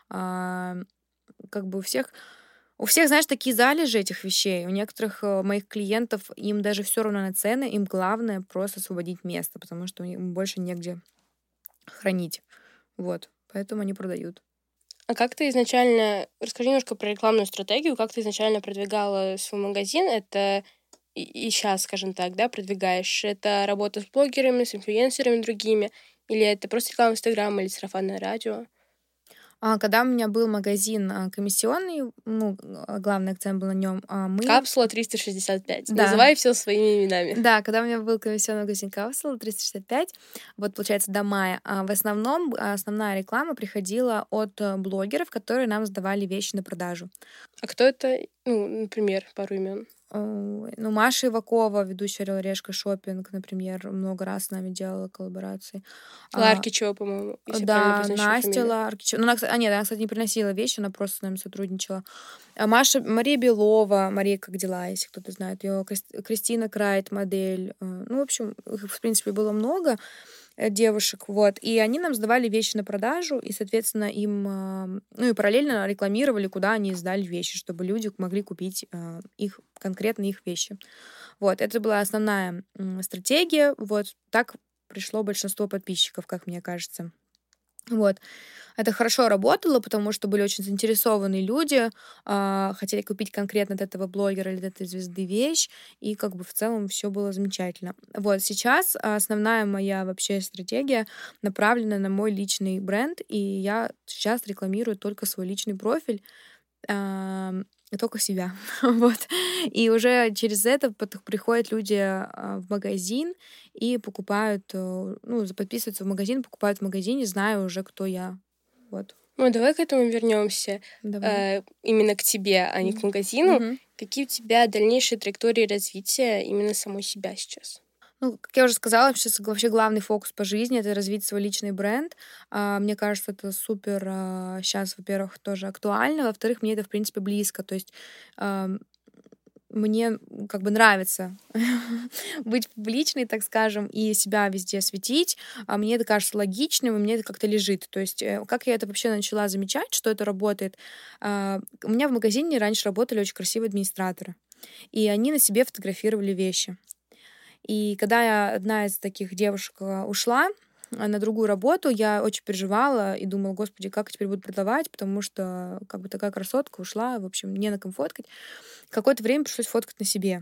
А, Как бы у всех, знаешь, такие залежи этих вещей. У некоторых моих клиентов им даже все равно на цены, им главное просто освободить место, потому что им больше негде хранить. Вот. Поэтому они продают. А как ты изначально... Расскажи немножко про рекламную стратегию. Как ты изначально продвигала свой магазин? Это и сейчас, скажем так, да, продвигаешь? Это работа с блогерами, с инфлюенсерами другими? Или это просто реклама Инстаграма или сарафанное радио? Когда у меня был магазин комиссионный, ну, главный акцент был на нем, Капсула 365. Да. Называй все своими именами. Да, когда у меня был комиссионный магазин Капсула 365, вот, получается, до мая, в основном основная реклама приходила от блогеров, которые нам сдавали вещи на продажу. А кто это? Ну, например, пару имен. Ну, Маша Ивакова, ведущая «Орел и Решка» шопинг, например, много раз с нами делала коллаборации. Ларкичева, по-моему, если правильно Да, произношу Настя фамилию. Ларкичева. Ну, нет, она, кстати, не приносила вещи, она просто с нами сотрудничала. Мария Белова, Мария, как дела, если кто-то знает ее, Кристина Крайт, модель. Ну, в общем, их, в принципе, было много девушек, вот, и они нам сдавали вещи на продажу, и, соответственно, им, ну, и параллельно рекламировали, куда они сдали вещи, чтобы люди могли купить их, конкретно их вещи. Вот, это была основная стратегия, вот, так пришло большинство подписчиков, как мне кажется. Вот. Это хорошо работало, потому что были очень заинтересованные люди, хотели купить конкретно от этого блогера или от этой звезды вещь, и как бы в целом все было замечательно. Вот сейчас основная моя вообще стратегия направлена на мой личный бренд, и я сейчас рекламирую только свой личный профиль, только себя. Вот. И уже через это приходят люди в магазин и покупают, ну, подписываются в магазин, покупают в магазине, зная уже, кто я. Вот. Ну, давай к этому вернемся. Давай. Именно к тебе, а не к магазину. Мгм. Какие у тебя дальнейшие траектории развития именно самой себя сейчас? Ну, как я уже сказала, сейчас вообще главный фокус по жизни — это развить свой личный бренд. Мне кажется, это супер сейчас, во-первых, тоже актуально, во-вторых, мне это, в принципе, близко. То есть мне как бы нравится быть публичной, так скажем, и себя везде светить. Мне это кажется логичным, и мне это как-то лежит. То есть как я это вообще начала замечать, что это работает? У меня в магазине раньше работали очень красивые администраторы, и они на себе фотографировали вещи. И когда одна из таких девушек ушла на другую работу, я очень переживала и думала, господи, как теперь буду продавать, потому что как бы такая красотка ушла, в общем, не на ком фоткать. Какое-то время пришлось фоткать на себе.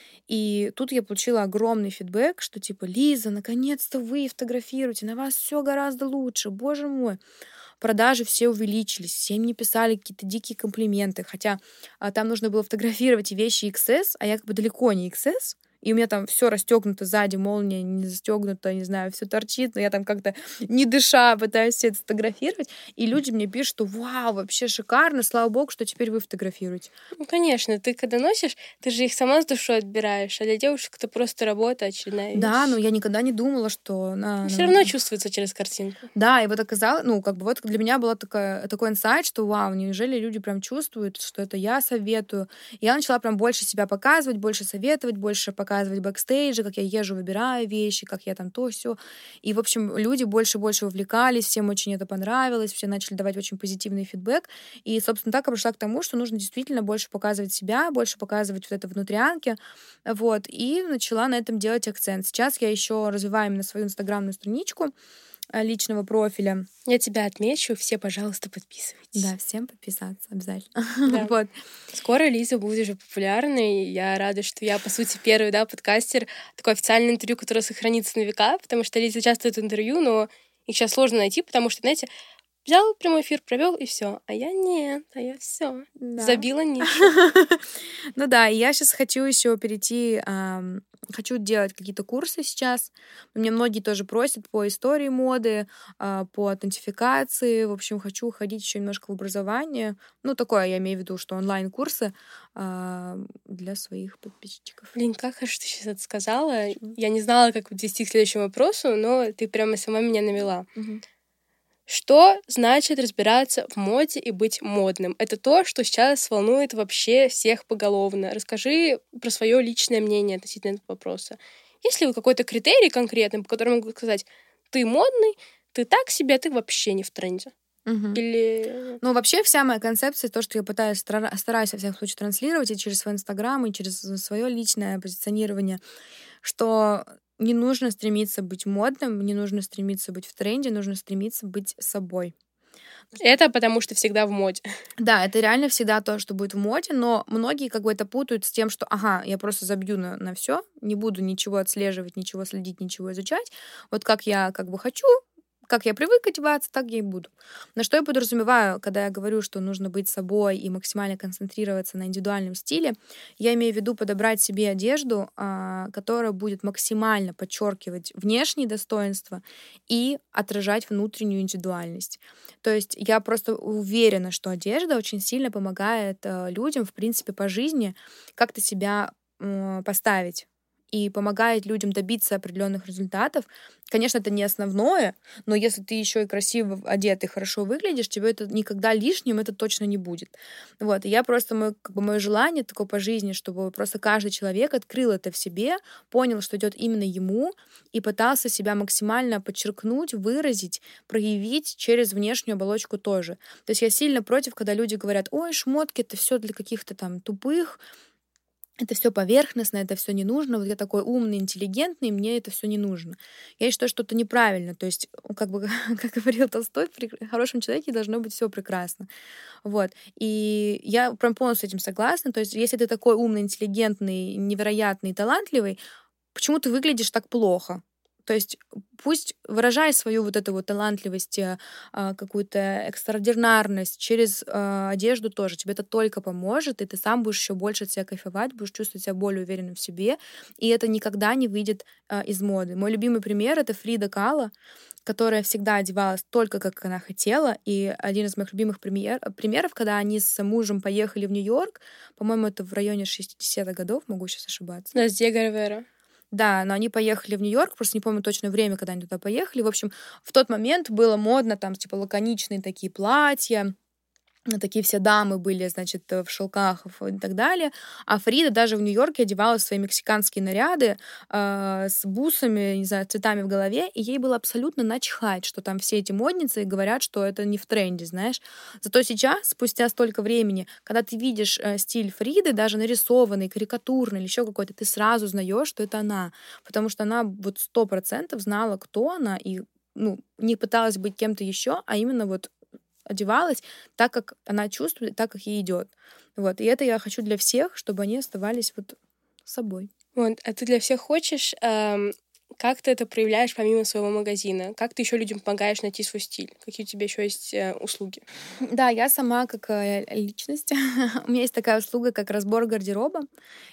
И тут я получила огромный фидбэк, что типа, Лиза, наконец-то вы фотографируете, на вас все гораздо лучше, боже мой. Продажи все увеличились, все мне писали какие-то дикие комплименты, хотя там нужно было фотографировать и вещи XS, а я как бы далеко не XS, и у меня там все расстегнуто сзади, молния не застегнута, не знаю, все торчит, но я там как-то не дыша пытаюсь все это сфотографировать, и люди мне пишут, что вау, вообще шикарно, слава богу, что теперь вы фотографируете. Ну, конечно, ты когда носишь, ты же их сама с душой отбираешь, а для девушек это просто работа, очередная вещь. Да, но я никогда не думала, что... Все равно чувствуется через картинку. Да, и вот оказалось, ну, как бы вот для меня был такой инсайт, что вау, неужели люди прям чувствуют, что это я советую. И я начала прям больше себя показывать, больше советовать, больше показывать бэкстейджи, как я езжу, выбираю вещи, как я там то все. И, в общем, люди больше и больше вовлекались, всем очень это понравилось, все начали давать очень позитивный фидбэк. И, собственно, так я пришла к тому, что нужно действительно больше показывать себя, больше показывать вот это внутрянки. Вот. И начала на этом делать акцент. Сейчас я еще развиваю именно свою инстаграмную страничку личного профиля. Я тебя отмечу, все, пожалуйста, подписывайтесь. Да, всем подписаться обязательно. Да. Вот. Скоро Лиза будет уже популярной. Я рада, что я, по сути, первый, да, подкастер, такое официальное интервью, которое сохранится на века, потому что Лиза участвует в интервью, но их сейчас сложно найти, потому что, знаете, взял прямой эфир, провел и все. А я нет, а я все забила нишу. Ну да, и я сейчас хочу еще перейти, хочу делать какие-то курсы сейчас. Меня многие тоже просят по истории моды, по аутентификации. В общем, хочу уходить еще немножко в образование. Ну, такое, я имею в виду, что онлайн-курсы для своих подписчиков. Блин, как хорошо ты сейчас это сказала. Я не знала, как подвести к следующему вопросу, но ты прямо сама меня навела. Что значит разбираться в моде и быть модным? Это то, что сейчас волнует вообще всех поголовно. Расскажи про свое личное мнение относительно этого вопроса. Есть ли какой-то критерий конкретный, по которому могу сказать, ты модный, ты так себе, а ты вообще не в тренде? Мгм. Или... Ну, вообще, вся моя концепция, то, что я стараюсь, во всяком случае, транслировать и через свой Инстаграм, и через свое личное позиционирование, что не нужно стремиться быть модным, не нужно стремиться быть в тренде, нужно стремиться быть собой. Это потому что всегда в моде. Да, это реально всегда то, что будет в моде, но многие как бы это путают с тем, что, ага, я просто забью на все, не буду ничего отслеживать, ничего следить, ничего изучать. Вот как я как бы хочу, как я привык одеваться, так я и буду. На что я подразумеваю, когда я говорю, что нужно быть собой и максимально концентрироваться на индивидуальном стиле, я имею в виду подобрать себе одежду, которая будет максимально подчеркивать внешние достоинства и отражать внутреннюю индивидуальность. То есть я просто уверена, что одежда очень сильно помогает людям, в принципе, по жизни как-то себя поставить и помогает людям добиться определенных результатов. Конечно, это не основное, но если ты еще и красиво одет и хорошо выглядишь, тебе это никогда лишним, это точно не будет. Вот. И я просто, мое желание такое по жизни, чтобы просто каждый человек открыл это в себе, понял, что идет именно ему, и пытался себя максимально подчеркнуть, выразить, проявить через внешнюю оболочку тоже. То есть я сильно против, когда люди говорят, ой, шмотки — это все для каких-то там тупых, это все поверхностно, это все не нужно. Вот я такой умный, интеллигентный, мне это все не нужно. Я считаю, что это неправильно. То есть, как бы, как говорил Толстой, в хорошем человеке должно быть все прекрасно. Вот. И я прям полностью с этим согласна. То есть, если ты такой умный, интеллигентный, невероятный, талантливый, почему ты выглядишь так плохо? То есть пусть выражай свою вот эту вот талантливость, какую-то экстраординарность через одежду тоже. Тебе это только поможет, и ты сам будешь еще больше от себя кайфовать, будешь чувствовать себя более уверенным в себе, и это никогда не выйдет из моды. Мой любимый пример — это Фрида Кало, которая всегда одевалась только как она хотела, и один из моих любимых примеров, когда они с мужем поехали в Нью-Йорк, по-моему, это в районе 60-х годов, могу сейчас ошибаться. Да, с Диего Ривера. Да, но они поехали в Нью-Йорк, просто не помню точное время, когда они туда поехали. В общем, в тот момент было модно там, типа, лаконичные такие платья, такие все дамы были, значит, в шелках и так далее. А Фрида даже в Нью-Йорке одевала свои мексиканские наряды с бусами, не знаю, цветами в голове, и ей было абсолютно начхать, что там все эти модницы говорят, что это не в тренде, знаешь. Зато сейчас, спустя столько времени, когда ты видишь стиль Фриды, даже нарисованный, карикатурный или еще какой-то, ты сразу узнаешь, что это она, потому что она вот 100% знала, кто она, и не пыталась быть кем-то еще, а именно вот одевалась так, как она чувствует, так, как ей идет. Вот. И это я хочу для всех, чтобы они оставались вот собой. Вот. А ты для всех хочешь... как ты это проявляешь помимо своего магазина? Как ты еще людям помогаешь найти свой стиль? Какие у тебя еще есть услуги? Да, я сама как личность. У меня есть такая услуга, как разбор гардероба.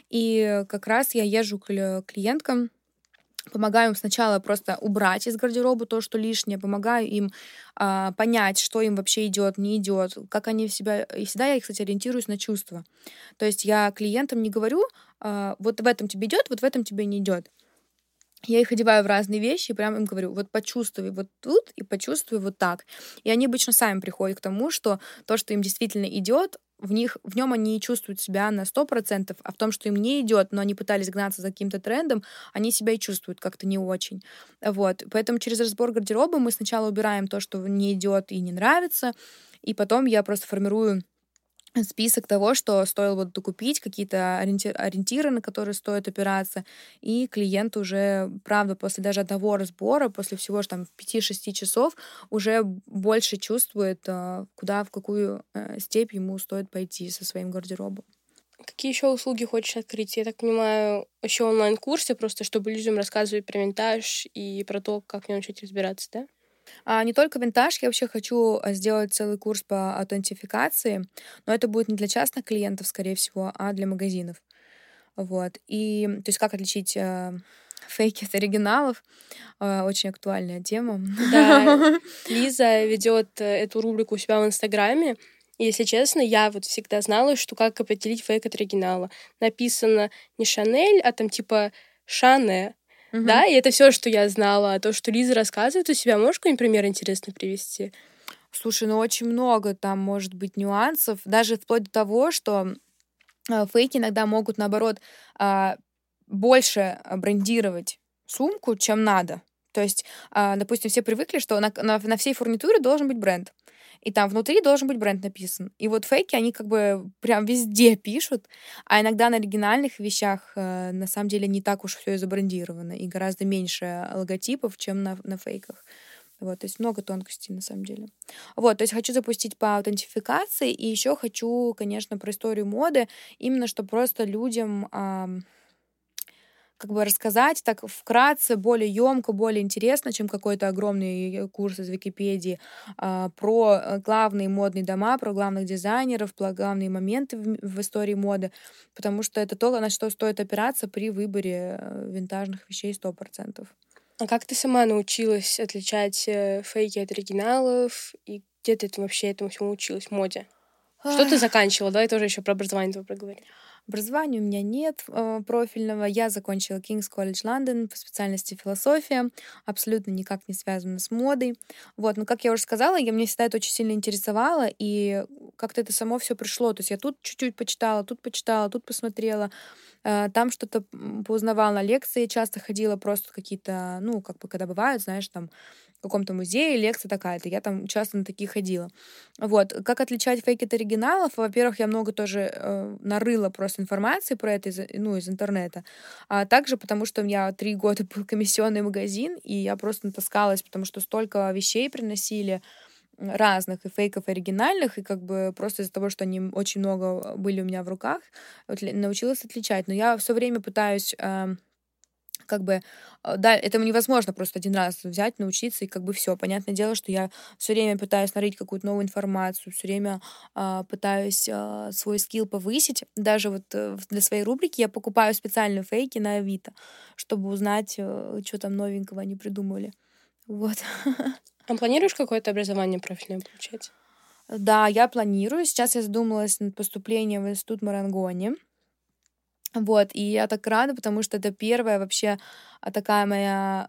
И как раз я езжу к клиенткам, помогаю им сначала просто убрать из гардероба то, что лишнее, помогаю им понять, что им вообще идет, не идет, как они в себя. И всегда я, кстати, ориентируюсь на чувства. То есть я клиентам не говорю, вот в этом тебе идет, вот в этом тебе не идет. Я их одеваю в разные вещи и прям им говорю, вот почувствуй вот тут и почувствуй вот так. И они обычно сами приходят к тому, что то, что им действительно идет, в нем они чувствуют себя на 100%, а в том, что им не идет, но они пытались гнаться за каким-то трендом, они себя и чувствуют как-то не очень. Вот. Поэтому через разбор гардероба мы сначала убираем то, что не идет и не нравится, и потом я просто формирую список того, что стоило вот докупить, какие-то ориентиры, на которые стоит опираться, и клиент уже, правда, после даже одного разбора, после всего там 5-6 часов уже больше чувствует, куда, в какую степь ему стоит пойти со своим гардеробом. Какие еще услуги хочешь открыть? Я так понимаю, еще онлайн-курсы, просто чтобы людям рассказывать про винтаж и про то, как в нем начать разбираться, да? Не только винтаж, я вообще хочу сделать целый курс по аутентификации, но это будет не для частных клиентов, скорее всего, а для магазинов. Вот. И, то есть, как отличить фейки от оригиналов? Очень актуальная тема. Да, Лиза ведет эту рубрику у себя в Инстаграме. И, если честно, я вот всегда знала, что как определить фейк от оригинала. Написано не Шанель, а там типа Шане. да, и это все, что я знала. А то, что Лиза рассказывает у себя, можешь какой-нибудь пример интересный привести? Слушай, ну очень много там может быть нюансов, даже вплоть до того, что фейки иногда могут, наоборот, больше брендировать сумку, чем надо. То есть, допустим, все привыкли, что на всей фурнитуре должен быть бренд. И там внутри должен быть бренд написан. И вот фейки, они как бы прям везде пишут, а иногда на оригинальных вещах на самом деле не так уж все и забрендировано, и гораздо меньше логотипов, чем на фейках. Вот, то есть много тонкостей на самом деле. Вот, то есть хочу запустить по аутентификации, и еще хочу, конечно, про историю моды, именно чтобы просто людям как бы рассказать так вкратце, более емко, более интересно, чем какой-то огромный курс из Википедии, про главные модные дома, про главных дизайнеров, про главные моменты в истории моды, потому что это то, на что стоит опираться при выборе винтажных вещей 100%. А как ты сама научилась отличать фейки от оригиналов? И где ты вообще этому всему училась, в моде? Что ты заканчивала? Давай тоже еще про образование твое проговорим. Образования у меня нет профильного. Я закончила King's College London по специальности философия, абсолютно никак не связана с модой. Вот, но как я уже сказала, меня всегда это очень сильно интересовало, и как-то это само все пришло. То есть я тут чуть-чуть почитала, тут посмотрела, там что-то поузнавала на лекции, часто ходила просто какие-то, ну, как бы когда бывают, знаешь, там в каком-то музее лекция такая-то, я там часто на такие ходила. Вот. Как отличать фейки от оригиналов? Во-первых, я много тоже нарыла просто информации про это из интернета. А также потому, что у меня 3 года был комиссионный магазин, и я просто натаскалась, потому что столько вещей приносили разных, и фейков, и оригинальных, и как бы просто из-за того, что они очень много были у меня в руках, научилась отличать. Но я все время пытаюсь как бы, да, этому невозможно просто один раз взять, научиться, и как бы все. Понятное дело, что я все время пытаюсь нарыть какую-то новую информацию, все время пытаюсь свой скилл повысить. Даже вот для своей рубрики я покупаю специальные фейки на Авито, чтобы узнать, что там новенького они придумали. Вот. А планируешь какое-то образование профильное получать? Да, я планирую. Сейчас я задумалась над поступлением в институт Марангони. Вот, и я так рада, потому что это первая вообще такая моя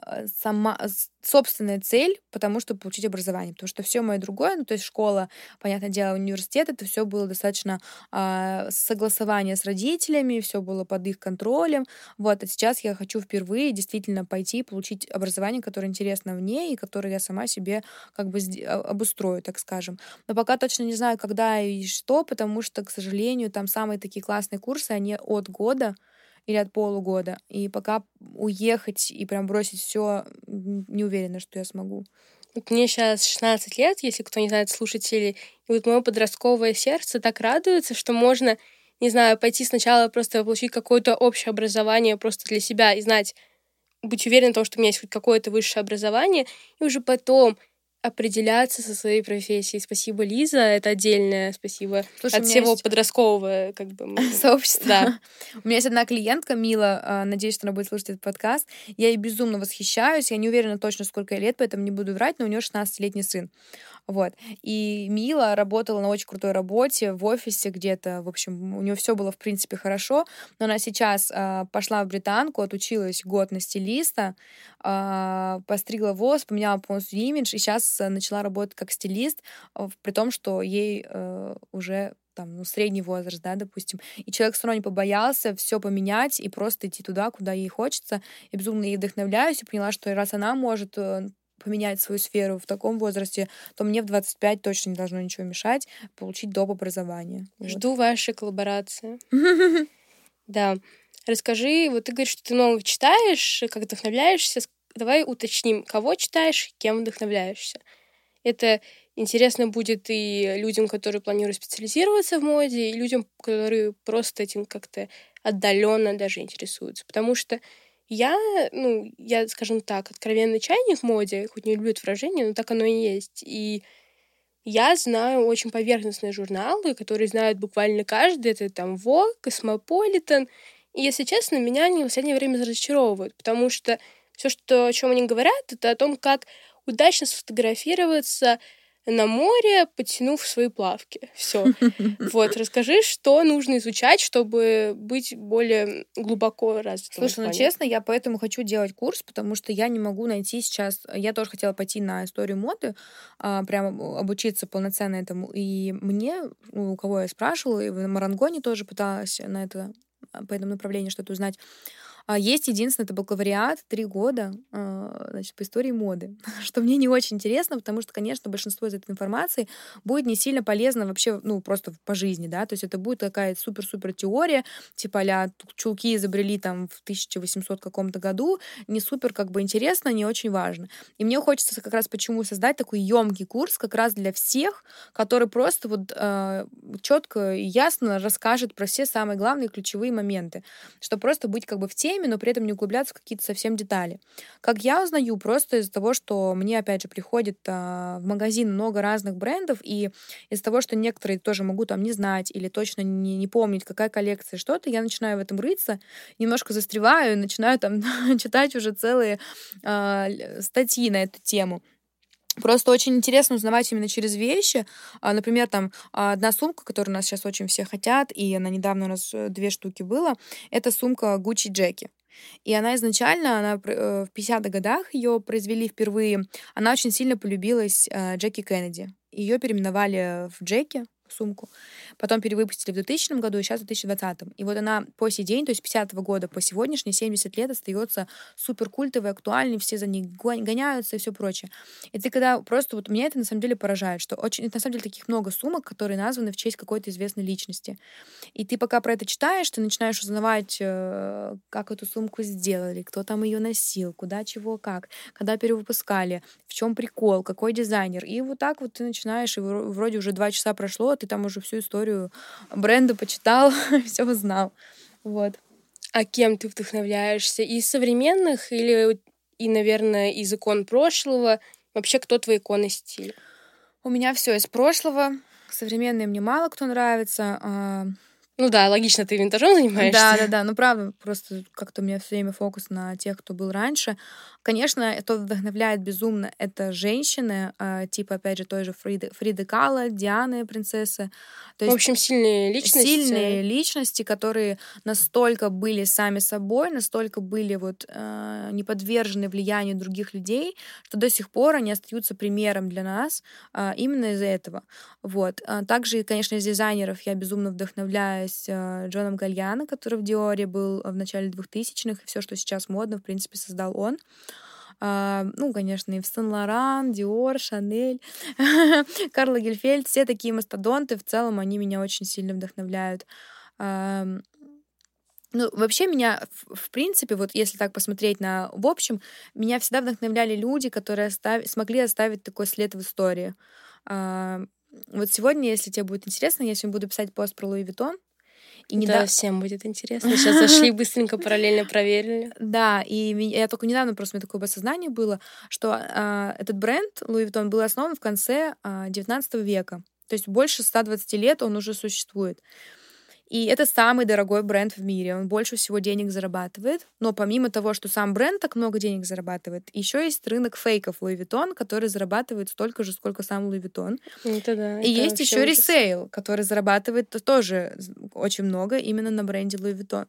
собственная цель, потому что получить образование. Потому что все мое другое, ну, то есть школа, понятное дело, университет, это все было достаточно согласование с родителями, все было под их контролем. Вот, а сейчас я хочу впервые действительно пойти получить образование, которое интересно мне и которое я сама себе как бы обустрою, так скажем. Но пока точно не знаю, когда и что, потому что, к сожалению, там самые такие классные курсы, они от года или от полугода. И пока уехать и прям бросить все, не уверена, что я смогу. Вот мне сейчас 16 лет, если кто не знает, слушателей, и вот мое подростковое сердце так радуется, что можно, не знаю, пойти сначала просто получить какое-то общее образование просто для себя и знать, быть уверен в том, что у меня есть хоть какое-то высшее образование, и уже потом определяться со своей профессией. Спасибо, Лиза, это отдельное спасибо. Слушай, от всего подросткового как бы сообщества. Да. У меня есть одна клиентка, Мила, надеюсь, что она будет слушать этот подкаст. Я ей безумно восхищаюсь. Я не уверена точно, сколько ей лет, поэтому не буду врать, но у нее 16-летний сын. Вот. И Мила работала на очень крутой работе в офисе где-то. В общем, у нее все было, в принципе, хорошо. Но она сейчас пошла в британку, отучилась год на стилиста, постригла волос, поменяла полностью имидж, и сейчас начала работать как стилист, при том, что ей уже там, средний возраст, да, допустим. И человек все равно не побоялся все поменять и просто идти туда, куда ей хочется. Я безумно ей вдохновляюсь и поняла, что раз она может поменять свою сферу в таком возрасте, то мне в 25 точно не должно ничего мешать получить доп. Образование. Жду вашей коллаборации. Да. Расскажи, вот ты говоришь, что ты много читаешь, как вдохновляешься. Давай уточним, кого читаешь, кем вдохновляешься. Это интересно будет и людям, которые планируют специализироваться в моде, и людям, которые просто этим как-то отдаленно даже интересуются. Потому что я, скажем так, откровенный чайник в моде, хоть не люблю это выражение, но так оно и есть. И я знаю очень поверхностные журналы, которые знают буквально каждый. Это там Vogue, Cosmopolitan. И, если честно, меня они в последнее время разочаровывают, потому что все, о чем они говорят, это о том, как удачно сфотографироваться на море, подтянув свои плавки. Все. Вот, расскажи, что нужно изучать, чтобы быть более глубоко развитым. Слушай, ну честно, я поэтому хочу делать курс, потому что я не могу найти сейчас... Я тоже хотела пойти на историю моды, прямо обучиться полноценно этому. И мне, у кого я спрашивала, и в Марангоне тоже пыталась по этому направлению что-то узнать. Есть единственное, это бакалавриат, 3 года, значит, по истории моды, что мне не очень интересно, потому что, конечно, большинство из этой информации будет не сильно полезно вообще, ну, просто по жизни, да, то есть это будет какая-то супер-супер теория, типа а-ля чулки изобрели там в 1800 каком-то году, не супер как бы интересно, не очень важно. И мне хочется как раз почему создать такой емкий курс как раз для всех, который просто вот четко и ясно расскажет про все самые главные ключевые моменты, чтобы просто быть как бы в теме, но при этом не углубляться в какие-то совсем детали. Как я узнаю, просто из-за того, что мне, опять же, приходит в магазин много разных брендов, и из-за того, что некоторые тоже могу там не знать или точно не помнить, какая коллекция, что-то, я начинаю в этом рыться, немножко застреваю и начинаю там читать уже целые статьи на эту тему. Просто очень интересно узнавать именно через вещи. Например, там одна сумка, которую у нас сейчас очень все хотят, и она недавно у нас 2 штуки было, это сумка Gucci Jackie. И она изначально, в 50-х годах ее произвели впервые. Она очень сильно полюбилась Джеки Кеннеди. Ее переименовали в Джеки, сумку. Потом перевыпустили в 2000 году, и сейчас в 2020. И вот она по сей день, то есть 50-го года по сегодняшний, 70 лет, остается супер культовой, актуальной, все за ней гоняются и все прочее. И ты когда просто... Вот меня это на самом деле поражает, что очень... На самом деле таких много сумок, которые названы в честь какой-то известной личности. И ты пока про это читаешь, ты начинаешь узнавать, как эту сумку сделали, кто там ее носил, куда, чего, как, когда перевыпускали, в чем прикол, какой дизайнер. И вот так вот ты начинаешь, и вроде уже 2 часа прошло, ты там уже всю историю бренда почитал, все узнал. Вот. А кем ты вдохновляешься? Из современных или, наверное, из икон прошлого? Вообще, кто твои иконы стиля? У меня все из прошлого. Современные мне мало кто нравится. Ну да, логично, ты винтажом занимаешься. Да. Ну, правда, просто как-то у меня все время фокус на тех, кто был раньше. Конечно, кто вдохновляет безумно, это женщины, типа, опять же, той же Фриды Кало, Дианы, принцессы. То есть, в общем, сильные личности. Сильные личности, которые настолько были сами собой, настолько были вот не подвержены влиянию других людей, что до сих пор они остаются примером для нас именно из-за этого. Вот. Также, конечно, из дизайнеров я безумно вдохновляюсь Джоном Гальяно, который в Диоре был в начале 2000-х, и все, что сейчас модно, в принципе, создал он. Ну, конечно, и в Сен-Лоран, Диор, Шанель, Карл Лагерфельд, все такие мастодонты, в целом они меня очень сильно вдохновляют. Ну, вообще меня, в принципе, вот если так посмотреть в общем, меня всегда вдохновляли люди, которые смогли оставить такой след в истории. Вот сегодня, если тебе будет интересно, я сегодня буду писать пост про Луи Виттон. Да, всем будет интересно. Сейчас зашли, быстренько параллельно проверили. Да, и я только недавно просто у меня такое осознание было, что этот бренд Louis Vuitton был основан в конце 19 века. То есть больше 120 лет он уже существует. И это самый дорогой бренд в мире. Он больше всего денег зарабатывает. Но помимо того, что сам бренд так много денег зарабатывает, еще есть рынок фейков Louis Vuitton, который зарабатывает столько же, сколько сам Louis Vuitton. Это да. И есть еще ресейл, который зарабатывает тоже очень много именно на бренде Louis Vuitton.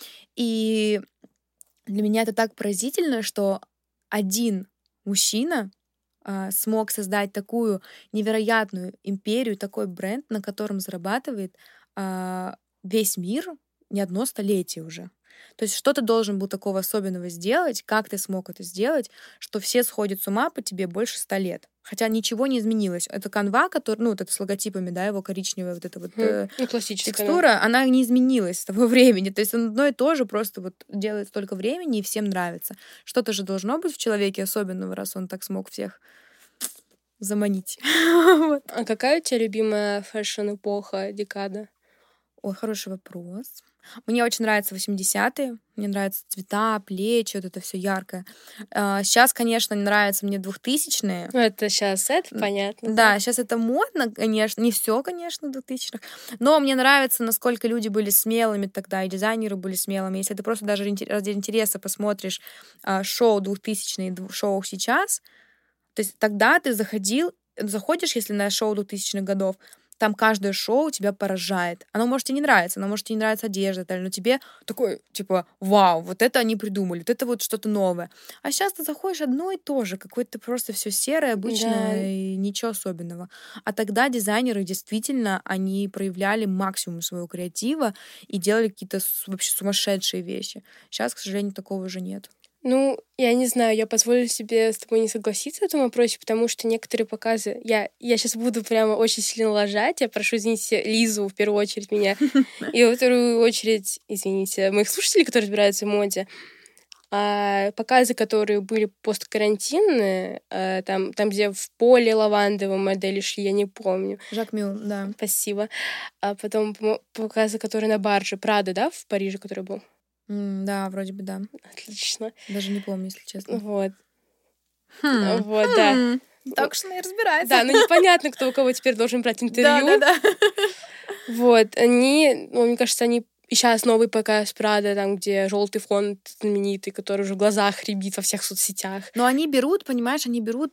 И для меня это так поразительно, что один мужчина смог создать такую невероятную империю, такой бренд, на котором зарабатывает весь мир не одно столетие уже. То есть что ты должен был такого особенного сделать, как ты смог это сделать, что все сходят с ума по тебе больше 100 лет. Хотя ничего не изменилось. Это канва, который, вот это с логотипами, да, его коричневая вот эта вот текстура, да. Она не изменилась с того времени. То есть он одно и то же просто вот делает столько времени, и всем нравится. Что-то же должно быть в человеке особенного, раз он так смог всех заманить. А какая у тебя любимая фэшн-эпоха, декада? Ой, хороший вопрос. Мне очень нравятся 80-е. Мне нравятся цвета, плечи, вот это все яркое. Сейчас, конечно, нравятся мне 2000-е. Ну, это сейчас, это понятно. Да, сейчас это модно, конечно. Не все, конечно, 2000-х. Но мне нравится, насколько люди были смелыми тогда, и дизайнеры были смелыми. Если ты просто даже ради интереса посмотришь шоу 2000-е, шоу сейчас, то есть тогда ты заходил, заходишь, если на шоу 2000-х годов, там каждое шоу тебя поражает. Оно может тебе не нравиться, оно может тебе не нравится одежда, но тебе такой, типа, вау, вот это они придумали, вот это вот что-то новое. А сейчас ты заходишь одно и то же, какое-то просто все серое, обычное, Да. и ничего особенного. А тогда дизайнеры действительно, они проявляли максимум своего креатива и делали какие-то вообще сумасшедшие вещи. Сейчас, к сожалению, такого уже нет. Ну, я не знаю, я позволю себе с тобой не согласиться в этом вопросе, потому что некоторые показы... Я сейчас буду прямо очень сильно лажать. Я прошу, извините, Лизу, в первую очередь, меня. И во вторую очередь, извините, моих слушателей, которые разбираются в моде. А показы, которые были посткарантинные, там, где в поле лавандовой модели шли, я не помню. Жак Мю, да. Спасибо. А потом показы, которые на барже. Прада, да, в Париже, который был? Да, вроде бы да. Отлично. Даже не помню, если честно. Вот. Вот, да. Так что не разбирается. Да, ну непонятно, кто у кого теперь должен брать интервью. Да. Вот, они, мне кажется, они и сейчас новый показ Прада, там, где желтый фон знаменитый, который уже в глазах рябит во всех соцсетях. Но они берут, понимаешь,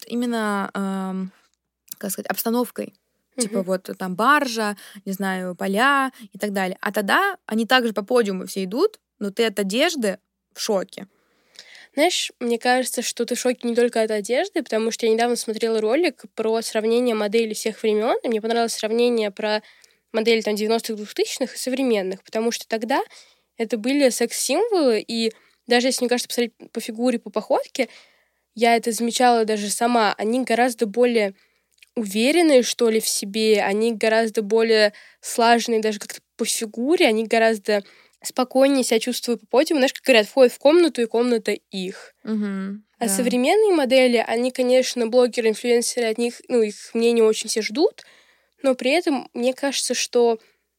именно, как сказать, обстановкой. Типа вот там баржа, не знаю, поля и так далее. А тогда они также по подиуму все идут, но ты от одежды в шоке. Знаешь, мне кажется, что ты в шоке не только от одежды, потому что я недавно смотрела ролик про сравнение моделей всех времен, и мне понравилось сравнение про модели там 90-х, 2000-х и современных, потому что тогда это были секс-символы, и даже если, мне кажется, посмотреть по фигуре, по походке, я это замечала даже сама, они гораздо более уверенные, что ли, в себе, они гораздо более слаженные даже как-то по фигуре, они гораздо спокойнее себя чувствуют по подиуму. Знаешь, как говорят, входят в комнату, и комната их. А современные модели, они, конечно, блогеры, инфлюенсеры, от них, их мнение очень все ждут, но при этом мне кажется, что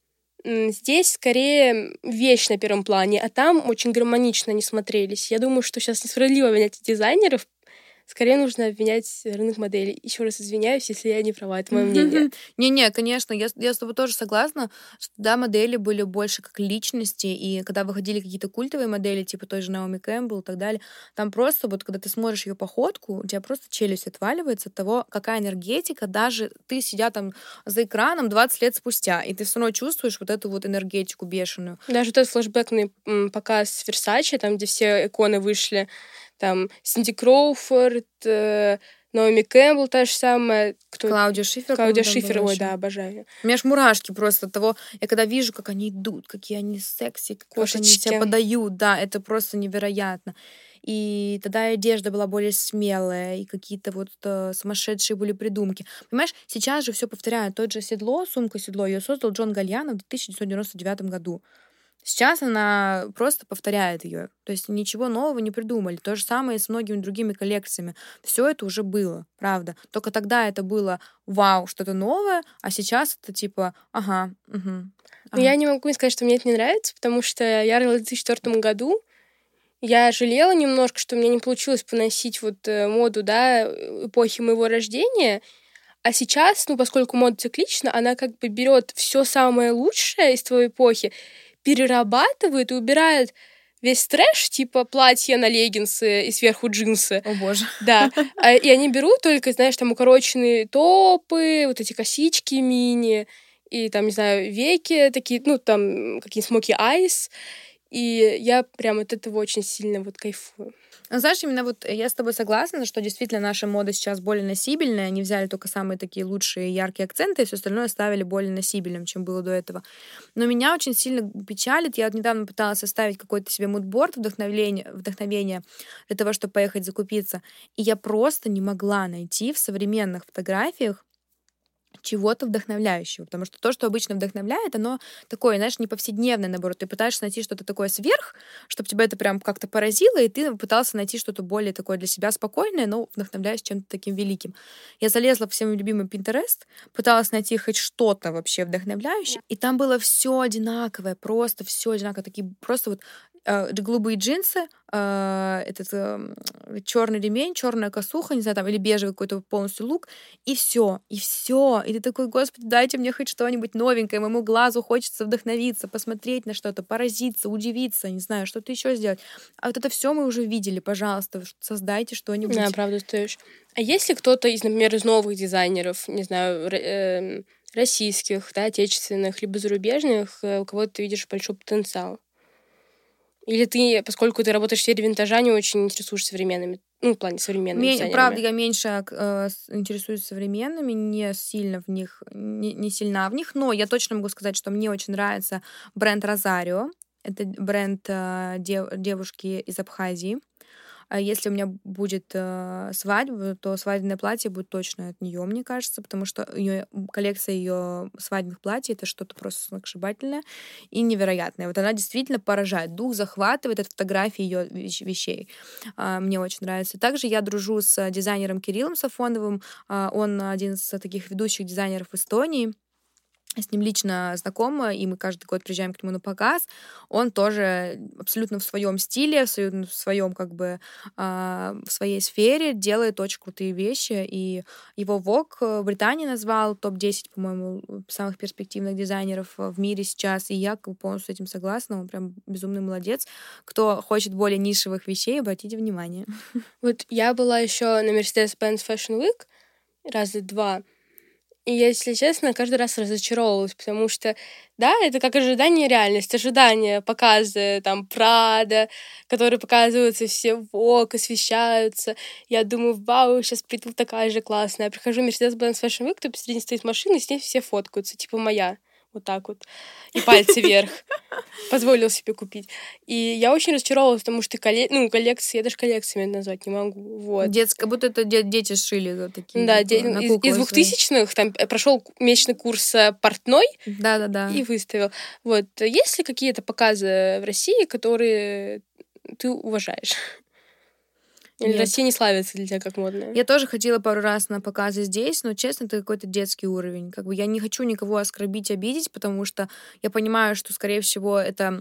здесь скорее вещь на первом плане, а там очень гармонично они смотрелись. Я думаю, что сейчас несправедливо обвинять дизайнеров, скорее нужно обвинять рынок моделей. Еще раз извиняюсь, если я не права, это мое мнение. Не-не, конечно, я с тобой тоже согласна, что да, модели были больше как личности, и когда выходили какие-то культовые модели, типа той же Наоми Кэмпбелл и так далее, там просто вот, когда ты смотришь ее походку, у тебя просто челюсть отваливается от того, какая энергетика, даже ты, сидя там за экраном 20 лет спустя, и ты все равно чувствуешь вот эту вот энергетику бешеную. Даже вот этот флешбэкный показ Версачи, там, где все иконы вышли, там Синди Кроуфорд, Наоми Кэмпбелл та же самая. Клаудия Шифер. Клаудия Шифер, ой, да, обожаю. У меня аж мурашки просто от того, я когда вижу, как они идут, какие они секси, как они себя подают, да, это просто невероятно. И тогда одежда была более смелая, и какие-то вот сумасшедшие были придумки. Понимаешь, сейчас же все повторяют. Тот же сумка-седло, ее создал Джон Гальяно в 1999 году. Сейчас она просто повторяет ее. То есть ничего нового не придумали. То же самое и с многими другими коллекциями. Все это уже было, правда. Только тогда это было вау, что-то новое, а сейчас это типа ага. Но я не могу сказать, что мне это не нравится, потому что я родилась в 2004 году. Я жалела немножко, что у меня не получилось поносить вот моду, да, эпохи моего рождения. А сейчас, поскольку мода циклична, она как бы берет все самое лучшее из твоей эпохи, перерабатывает и убирает весь трэш, типа платья на леггинсы и сверху джинсы. О, боже. Да. И они берут только, знаешь, там укороченные топы, вот эти косички мини, и там, не знаю, веки такие, там какие-нибудь смоки айс. И я прям от этого очень сильно вот кайфую. Знаешь, именно вот я с тобой согласна, что действительно наша мода сейчас более носибельная. Они взяли только самые такие лучшие яркие акценты, и все остальное оставили более носибельным, чем было до этого. Но меня очень сильно печалит. Я вот недавно пыталась составить какой-то себе мудборд вдохновения для того, чтобы поехать закупиться. И я просто не могла найти в современных фотографиях чего-то вдохновляющего, потому что то, что обычно вдохновляет, оно такое, знаешь, не повседневное, наоборот. Ты пытаешься найти что-то такое сверх, чтобы тебя это прям как-то поразило, и ты пытался найти что-то более такое для себя спокойное, но вдохновляясь чем-то таким великим. Я залезла в всем любимый Pinterest, пыталась найти хоть что-то вообще вдохновляющее, и там было все одинаковое, просто все одинаковое, такие просто вот голубые джинсы, этот черный ремень, черная косуха, не знаю, там, или бежевый какой-то полностью лук, и все, и все. И ты такой, господи, дайте мне хоть что-нибудь новенькое, моему глазу хочется вдохновиться, посмотреть на что-то, поразиться, удивиться, не знаю, что-то еще сделать. А вот это все мы уже видели, пожалуйста, создайте что-нибудь. Да, правда, стоишь. А если кто-то из, например, из новых дизайнеров, не знаю, российских, да, отечественных, либо зарубежных, у кого ты видишь большой потенциал? Или ты, поскольку ты работаешь в сфере винтажа, не очень интересуешься современными, в плане современными дизайнерами? Правда, я меньше интересуюсь современными, не сильно в них, не сильна в них, но я точно могу сказать, что мне очень нравится бренд Розарио. Это бренд девушки из Абхазии. А если у меня будет свадьба, то свадебное платье будет точно от нее, мне кажется, потому что коллекция ее свадебных платьев это что-то просто сногсшибательное и невероятное. Вот она действительно поражает, дух захватывает от фотографии ее вещей. Мне очень нравится. Также я дружу с дизайнером Кириллом Сафоновым. Он один из таких ведущих дизайнеров в Эстонии. С ним лично знакома, и мы каждый год приезжаем к нему на показ. Он тоже абсолютно в своем стиле, в своем в своей сфере делает очень крутые вещи. И его Vogue в Британии назвал топ-10, по-моему, самых перспективных дизайнеров в мире сейчас. И я полностью с этим согласна. Он прям безумный молодец. Кто хочет более нишевых вещей, обратите внимание. Вот я была еще на Mercedes-Benz Fashion Week раза 2. И я, если честно, каждый раз разочаровывалась, потому что, да, это как ожидание реальность, ожидание показа, там, Прада, которые показываются все в ок, освещаются. Я думаю, вау, сейчас приду такая же классная. Я прихожу в Mercedes-Benz Fashion Week, то посередине стоит машина, и с ней все фоткаются, типа моя. Вот так вот. И пальцы вверх. Позволил себе купить. И я очень разочаровалась, потому что коллекции, я даже коллекциями назвать не могу. Вот. Как будто это дети сшили вот такие. Да, из 2000-х там прошел месячный курс портной. Да. И выставил. Вот. Есть ли какие-то показы в России, которые ты уважаешь? Или Россия не славится для тебя как модная? Я тоже ходила пару раз на показы здесь, но, честно, это какой-то детский уровень. Я не хочу никого оскорбить, обидеть, потому что я понимаю, что, скорее всего, это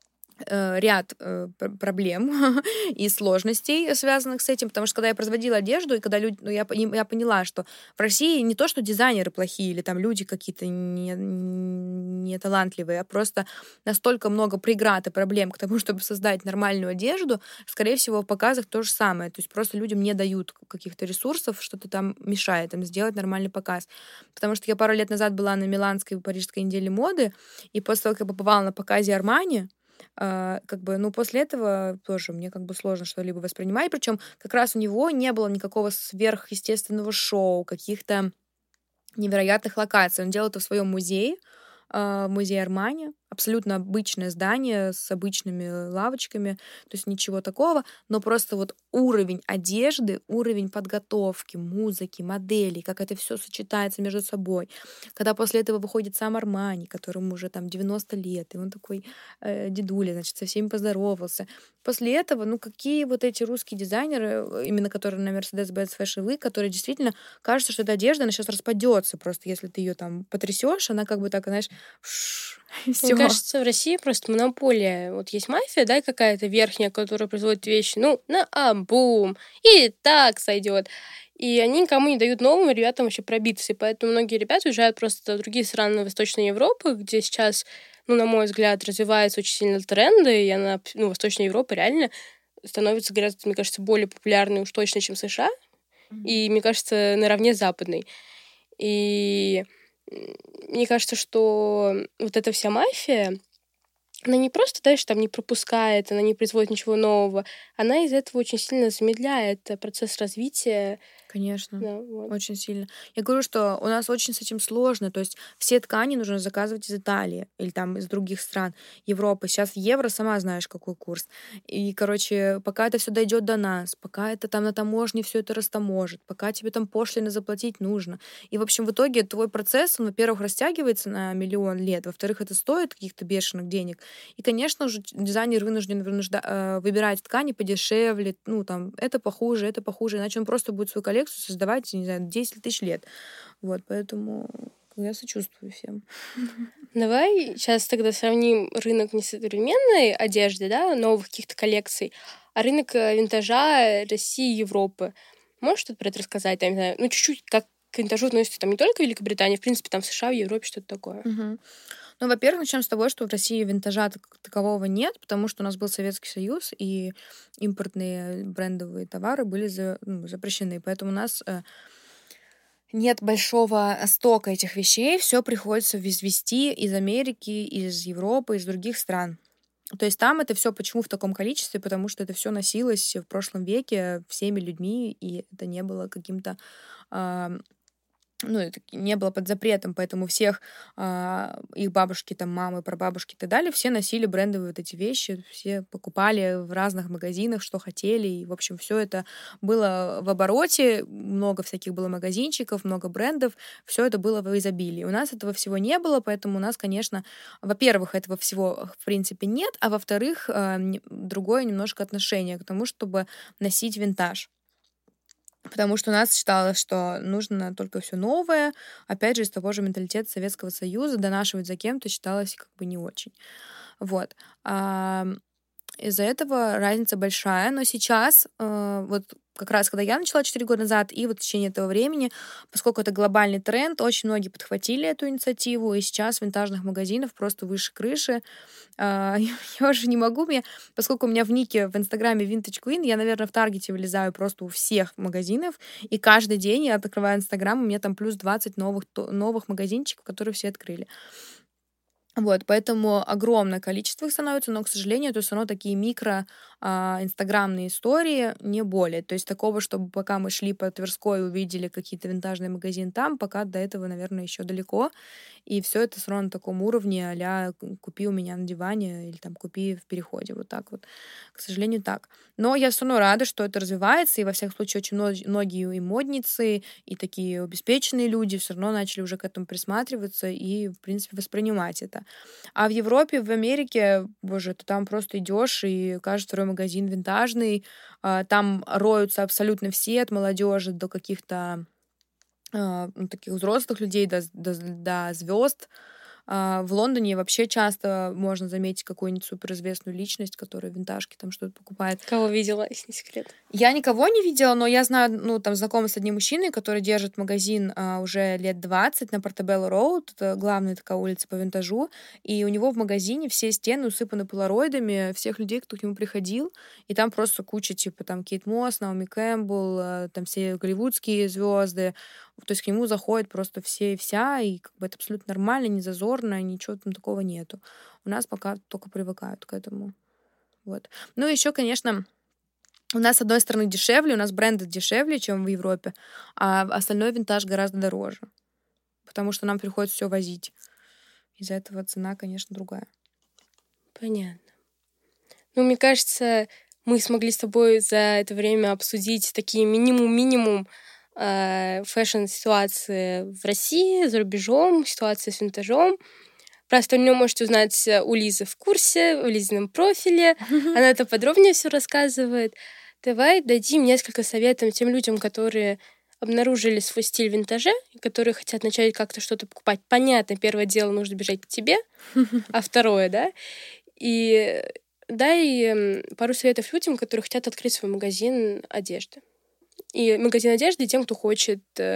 ряд проблем и сложностей, связанных с этим, потому что когда я производила одежду, и когда я поняла, что в России не то, что дизайнеры плохие или там люди какие-то не талантливые, а просто настолько много преград и проблем к тому, чтобы создать нормальную одежду, скорее всего, в показах то же самое. То есть просто людям не дают каких-то ресурсов, что-то там мешает им сделать нормальный показ. Потому что я пару лет назад была на Миланской и Парижской неделе моды, и после того, как я побывала на показе Армани, после этого тоже мне сложно что-либо воспринимать. Причем как раз у него не было никакого сверхъестественного шоу, каких-то невероятных локаций. Он делал это в своем музее, в музее Армани. Абсолютно обычное здание с обычными лавочками, то есть ничего такого, но просто вот уровень одежды, уровень подготовки, музыки, моделей, как это все сочетается между собой. Когда после этого выходит сам Армани, которому уже там 90 лет, и он такой дедуля, значит, со всеми поздоровался. После этого, какие вот эти русские дизайнеры, именно которые на Mercedes-Benz Fashion Week, которые действительно кажется, что эта одежда, она сейчас распадется просто, если ты ее там потрясешь, она так, знаешь, мне кажется, в России просто монополия. Вот есть мафия, да, какая-то верхняя, которая производит вещи, на амбум, и так сойдет. И они никому не дают новым ребятам вообще пробиться. И поэтому многие ребята уезжают просто в другие страны Восточной Европы, где сейчас, на мой взгляд, развиваются очень сильно тренды, и она, Восточная Европа реально становится гораздо, мне кажется, более популярной уж точно, чем США. И, мне кажется, наравне с западной. И мне кажется, что вот эта вся мафия, она не просто, знаешь, там не пропускает, она не производит ничего нового, она из этого очень сильно замедляет процесс развития. Конечно, да, вот. Очень сильно. Я говорю, что у нас очень с этим сложно. То есть все ткани нужно заказывать из Италии или там из других стран Европы. Сейчас евро, сама знаешь, какой курс. И, пока это все дойдет до нас, пока это там на таможне все это растаможит, пока тебе там пошлины заплатить нужно. И, в общем, в итоге твой процесс, он, во-первых, растягивается на миллион лет, во-вторых, это стоит каких-то бешеных денег. И, конечно же, дизайнер вынужден выбирать ткани подешевле, это похуже, иначе он просто будет свою коллекцию создавать, не знаю, 10 тысяч лет. Вот, поэтому Я сочувствую всем. Давай сейчас тогда сравним рынок не современной одежды, да, новых каких-то коллекций, а рынок винтажа России и Европы. Можешь что-то про это рассказать? Там, не знаю, ну, чуть-чуть, как к винтажу относится там не только Великобритания, в принципе, там в США, в Европе что-то такое. Ну, во-первых, начнем с того, что в России винтажа такового нет, потому что у нас был Советский Союз, и импортные брендовые товары были запрещены. Поэтому у нас нет большого стока этих вещей, все приходится везти из Америки, из Европы, из других стран. То есть там это все почему в таком количестве? Потому что это все носилось в прошлом веке всеми людьми, и это не было каким-то это не было под запретом, поэтому всех их бабушки, там, мамы, прабабушки и так далее, все носили брендовые вот эти вещи, все покупали в разных магазинах, что хотели, и, в общем, все это было в обороте, много всяких было магазинчиков, много брендов, все это было в изобилии. У нас этого всего не было, поэтому у нас, конечно, во-первых, этого всего, в принципе, нет, а во-вторых, другое немножко отношение к тому, чтобы носить винтаж. Потому что у нас считалось, что нужно только все новое. Опять же, из того же менталитета Советского Союза донашивать за кем-то считалось как бы не очень. Вот. Из-за этого разница большая. Но сейчас, вот как раз когда я начала 4 года назад, и вот в течение этого времени, поскольку это глобальный тренд, очень многие подхватили эту инициативу, и сейчас винтажных магазинов просто выше крыши. Я уже не могу, поскольку у меня в нике в Инстаграме Vintage Queen, я, наверное, в Таргете вылезаю просто у всех магазинов, и каждый день я открываю Инстаграм, у меня там плюс 20 новых магазинчиков, которые все открыли. Вот, поэтому огромное количество их становится, но, к сожалению, это все равно такие инстаграмные истории, не более. То есть такого, чтобы пока мы шли по Тверской и увидели какие-то винтажные магазины там, пока до этого, наверное, еще далеко. И все это все равно на таком уровне а-ля «купи у меня на диване» или там «купи в переходе». Вот так вот. К сожалению, так. Но я все равно рада, что это развивается, и во всяком случае очень многие и модницы, и такие обеспеченные люди все равно начали уже к этому присматриваться и, в принципе, воспринимать это. А в Европе, в Америке, боже, ты там просто идешь, и каждый второй магазин винтажный, там роются абсолютно все, от молодежи до каких-то таких взрослых людей, до звезд. В Лондоне вообще часто можно заметить какую-нибудь суперизвестную личность, которая в винтажке там что-то покупает. Кого видела, если не секрет? Я никого не видела, но я знаю, там знакома с одним мужчиной, который держит магазин уже лет 20 на Портобелло Роуд, это главная такая улица по винтажу, и у него в магазине все стены усыпаны полароидами всех людей, кто к нему приходил, и там просто куча, типа, там Кейт Мосс, Наоми Кэмпбелл, там все голливудские звезды, то есть к нему заходят просто все и вся, и как бы это абсолютно нормально, не зазорно, ничего там такого нету. У нас пока только привыкают к этому. Вот. Ну, еще, конечно, у нас, с одной стороны, дешевле, у нас бренды дешевле, чем в Европе, а остальной винтаж гораздо дороже, потому что нам приходится все возить. Из-за этого цена, конечно, другая. Понятно. Ну, мне кажется, мы смогли с тобой за это время обсудить такие минимум фэшн-ситуации в России, за рубежом, ситуации с винтажом. Про остальное можете узнать у Лизы в курсе, в Лизином профиле. Она это подробнее все рассказывает. Давай дадим несколько советов тем людям, которые обнаружили свой стиль в винтаже, которые хотят начать как-то что-то покупать. Понятно, первое дело, нужно бежать к тебе, а второе, да? И дай пару советов людям, которые хотят открыть свой магазин одежды. И магазин одежды тем, кто хочет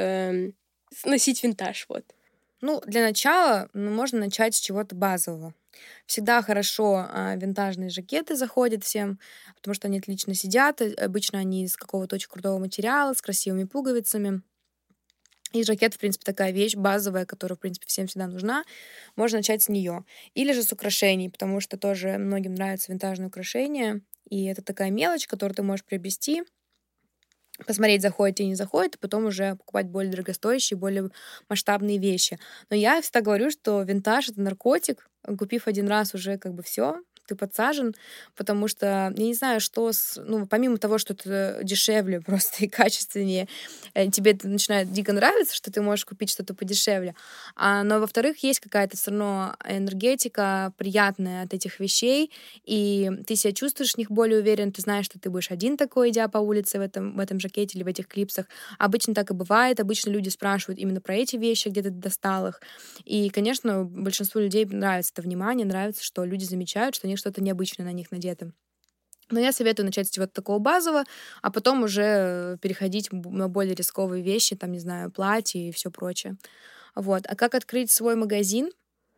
носить винтаж, вот. Ну, для начала можно начать с чего-то базового. Всегда хорошо винтажные жакеты заходят всем, потому что они отлично сидят. Обычно они из какого-то очень крутого материала, с красивыми пуговицами. И жакет, в принципе, такая вещь базовая, которая, в принципе, всем всегда нужна. Можно начать с нее. Или же с украшений, потому что тоже многим нравятся винтажные украшения. И это такая мелочь, которую ты можешь приобрести, посмотреть, заходит или не заходит, и потом уже покупать более дорогостоящие, более масштабные вещи. Но я всегда говорю, что винтаж — это наркотик. Купив один раз, уже как бы все, ты подсажен, потому что я не знаю, что помимо того, что это дешевле просто и качественнее, тебе это начинает дико нравиться, что ты можешь купить что-то подешевле. Но, во-вторых, есть какая-то все равно энергетика приятная от этих вещей, и ты себя чувствуешь в них более уверен, ты знаешь, что ты будешь один такой, идя по улице в этом жакете или в этих клипсах. Обычно так и бывает, обычно люди спрашивают именно про эти вещи, где ты достал их. И, конечно, большинству людей нравится это внимание, нравится, что люди замечают, что у них что-то необычное на них надето. Но я советую начать с чего-то такого базового, а потом уже переходить на более рисковые вещи, там, не знаю, платья и все прочее. Вот. А как открыть свой магазин?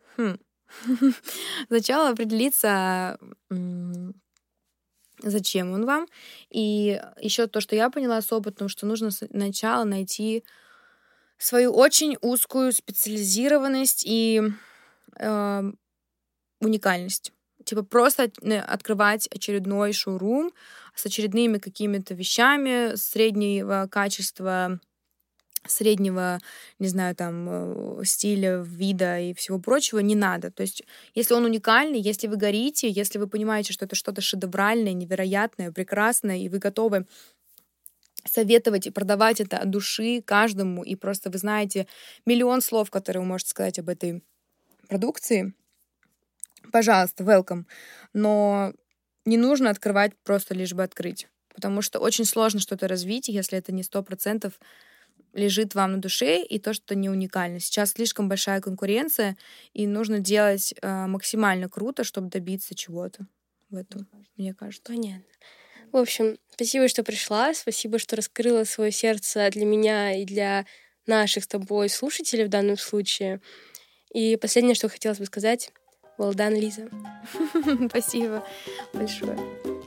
Сначала определиться, зачем он вам. И еще то, что я поняла с опытом, что нужно сначала найти свою очень узкую специализированность и уникальность. Типа просто открывать очередной шоурум с очередными какими-то вещами среднего качества, среднего, не знаю, там, стиля, вида и всего прочего не надо. То есть, если он уникальный, если вы горите, если вы понимаете, что это что-то шедевральное, невероятное, прекрасное, и вы готовы советовать и продавать это от души каждому, и просто вы знаете миллион слов, которые вы можете сказать об этой продукции, пожалуйста, welcome. Но не нужно открывать просто лишь бы открыть, потому что очень сложно что-то развить, если это не 100% лежит вам на душе, и то, что не уникально. Сейчас слишком большая конкуренция, и нужно делать максимально круто, чтобы добиться чего-то в этом, мне кажется. Понятно. В общем, спасибо, что пришла, спасибо, что раскрыла свое сердце для меня и для наших с тобой слушателей в данном случае. И последнее, что хотелось бы сказать, well done, Лиза. Спасибо большое.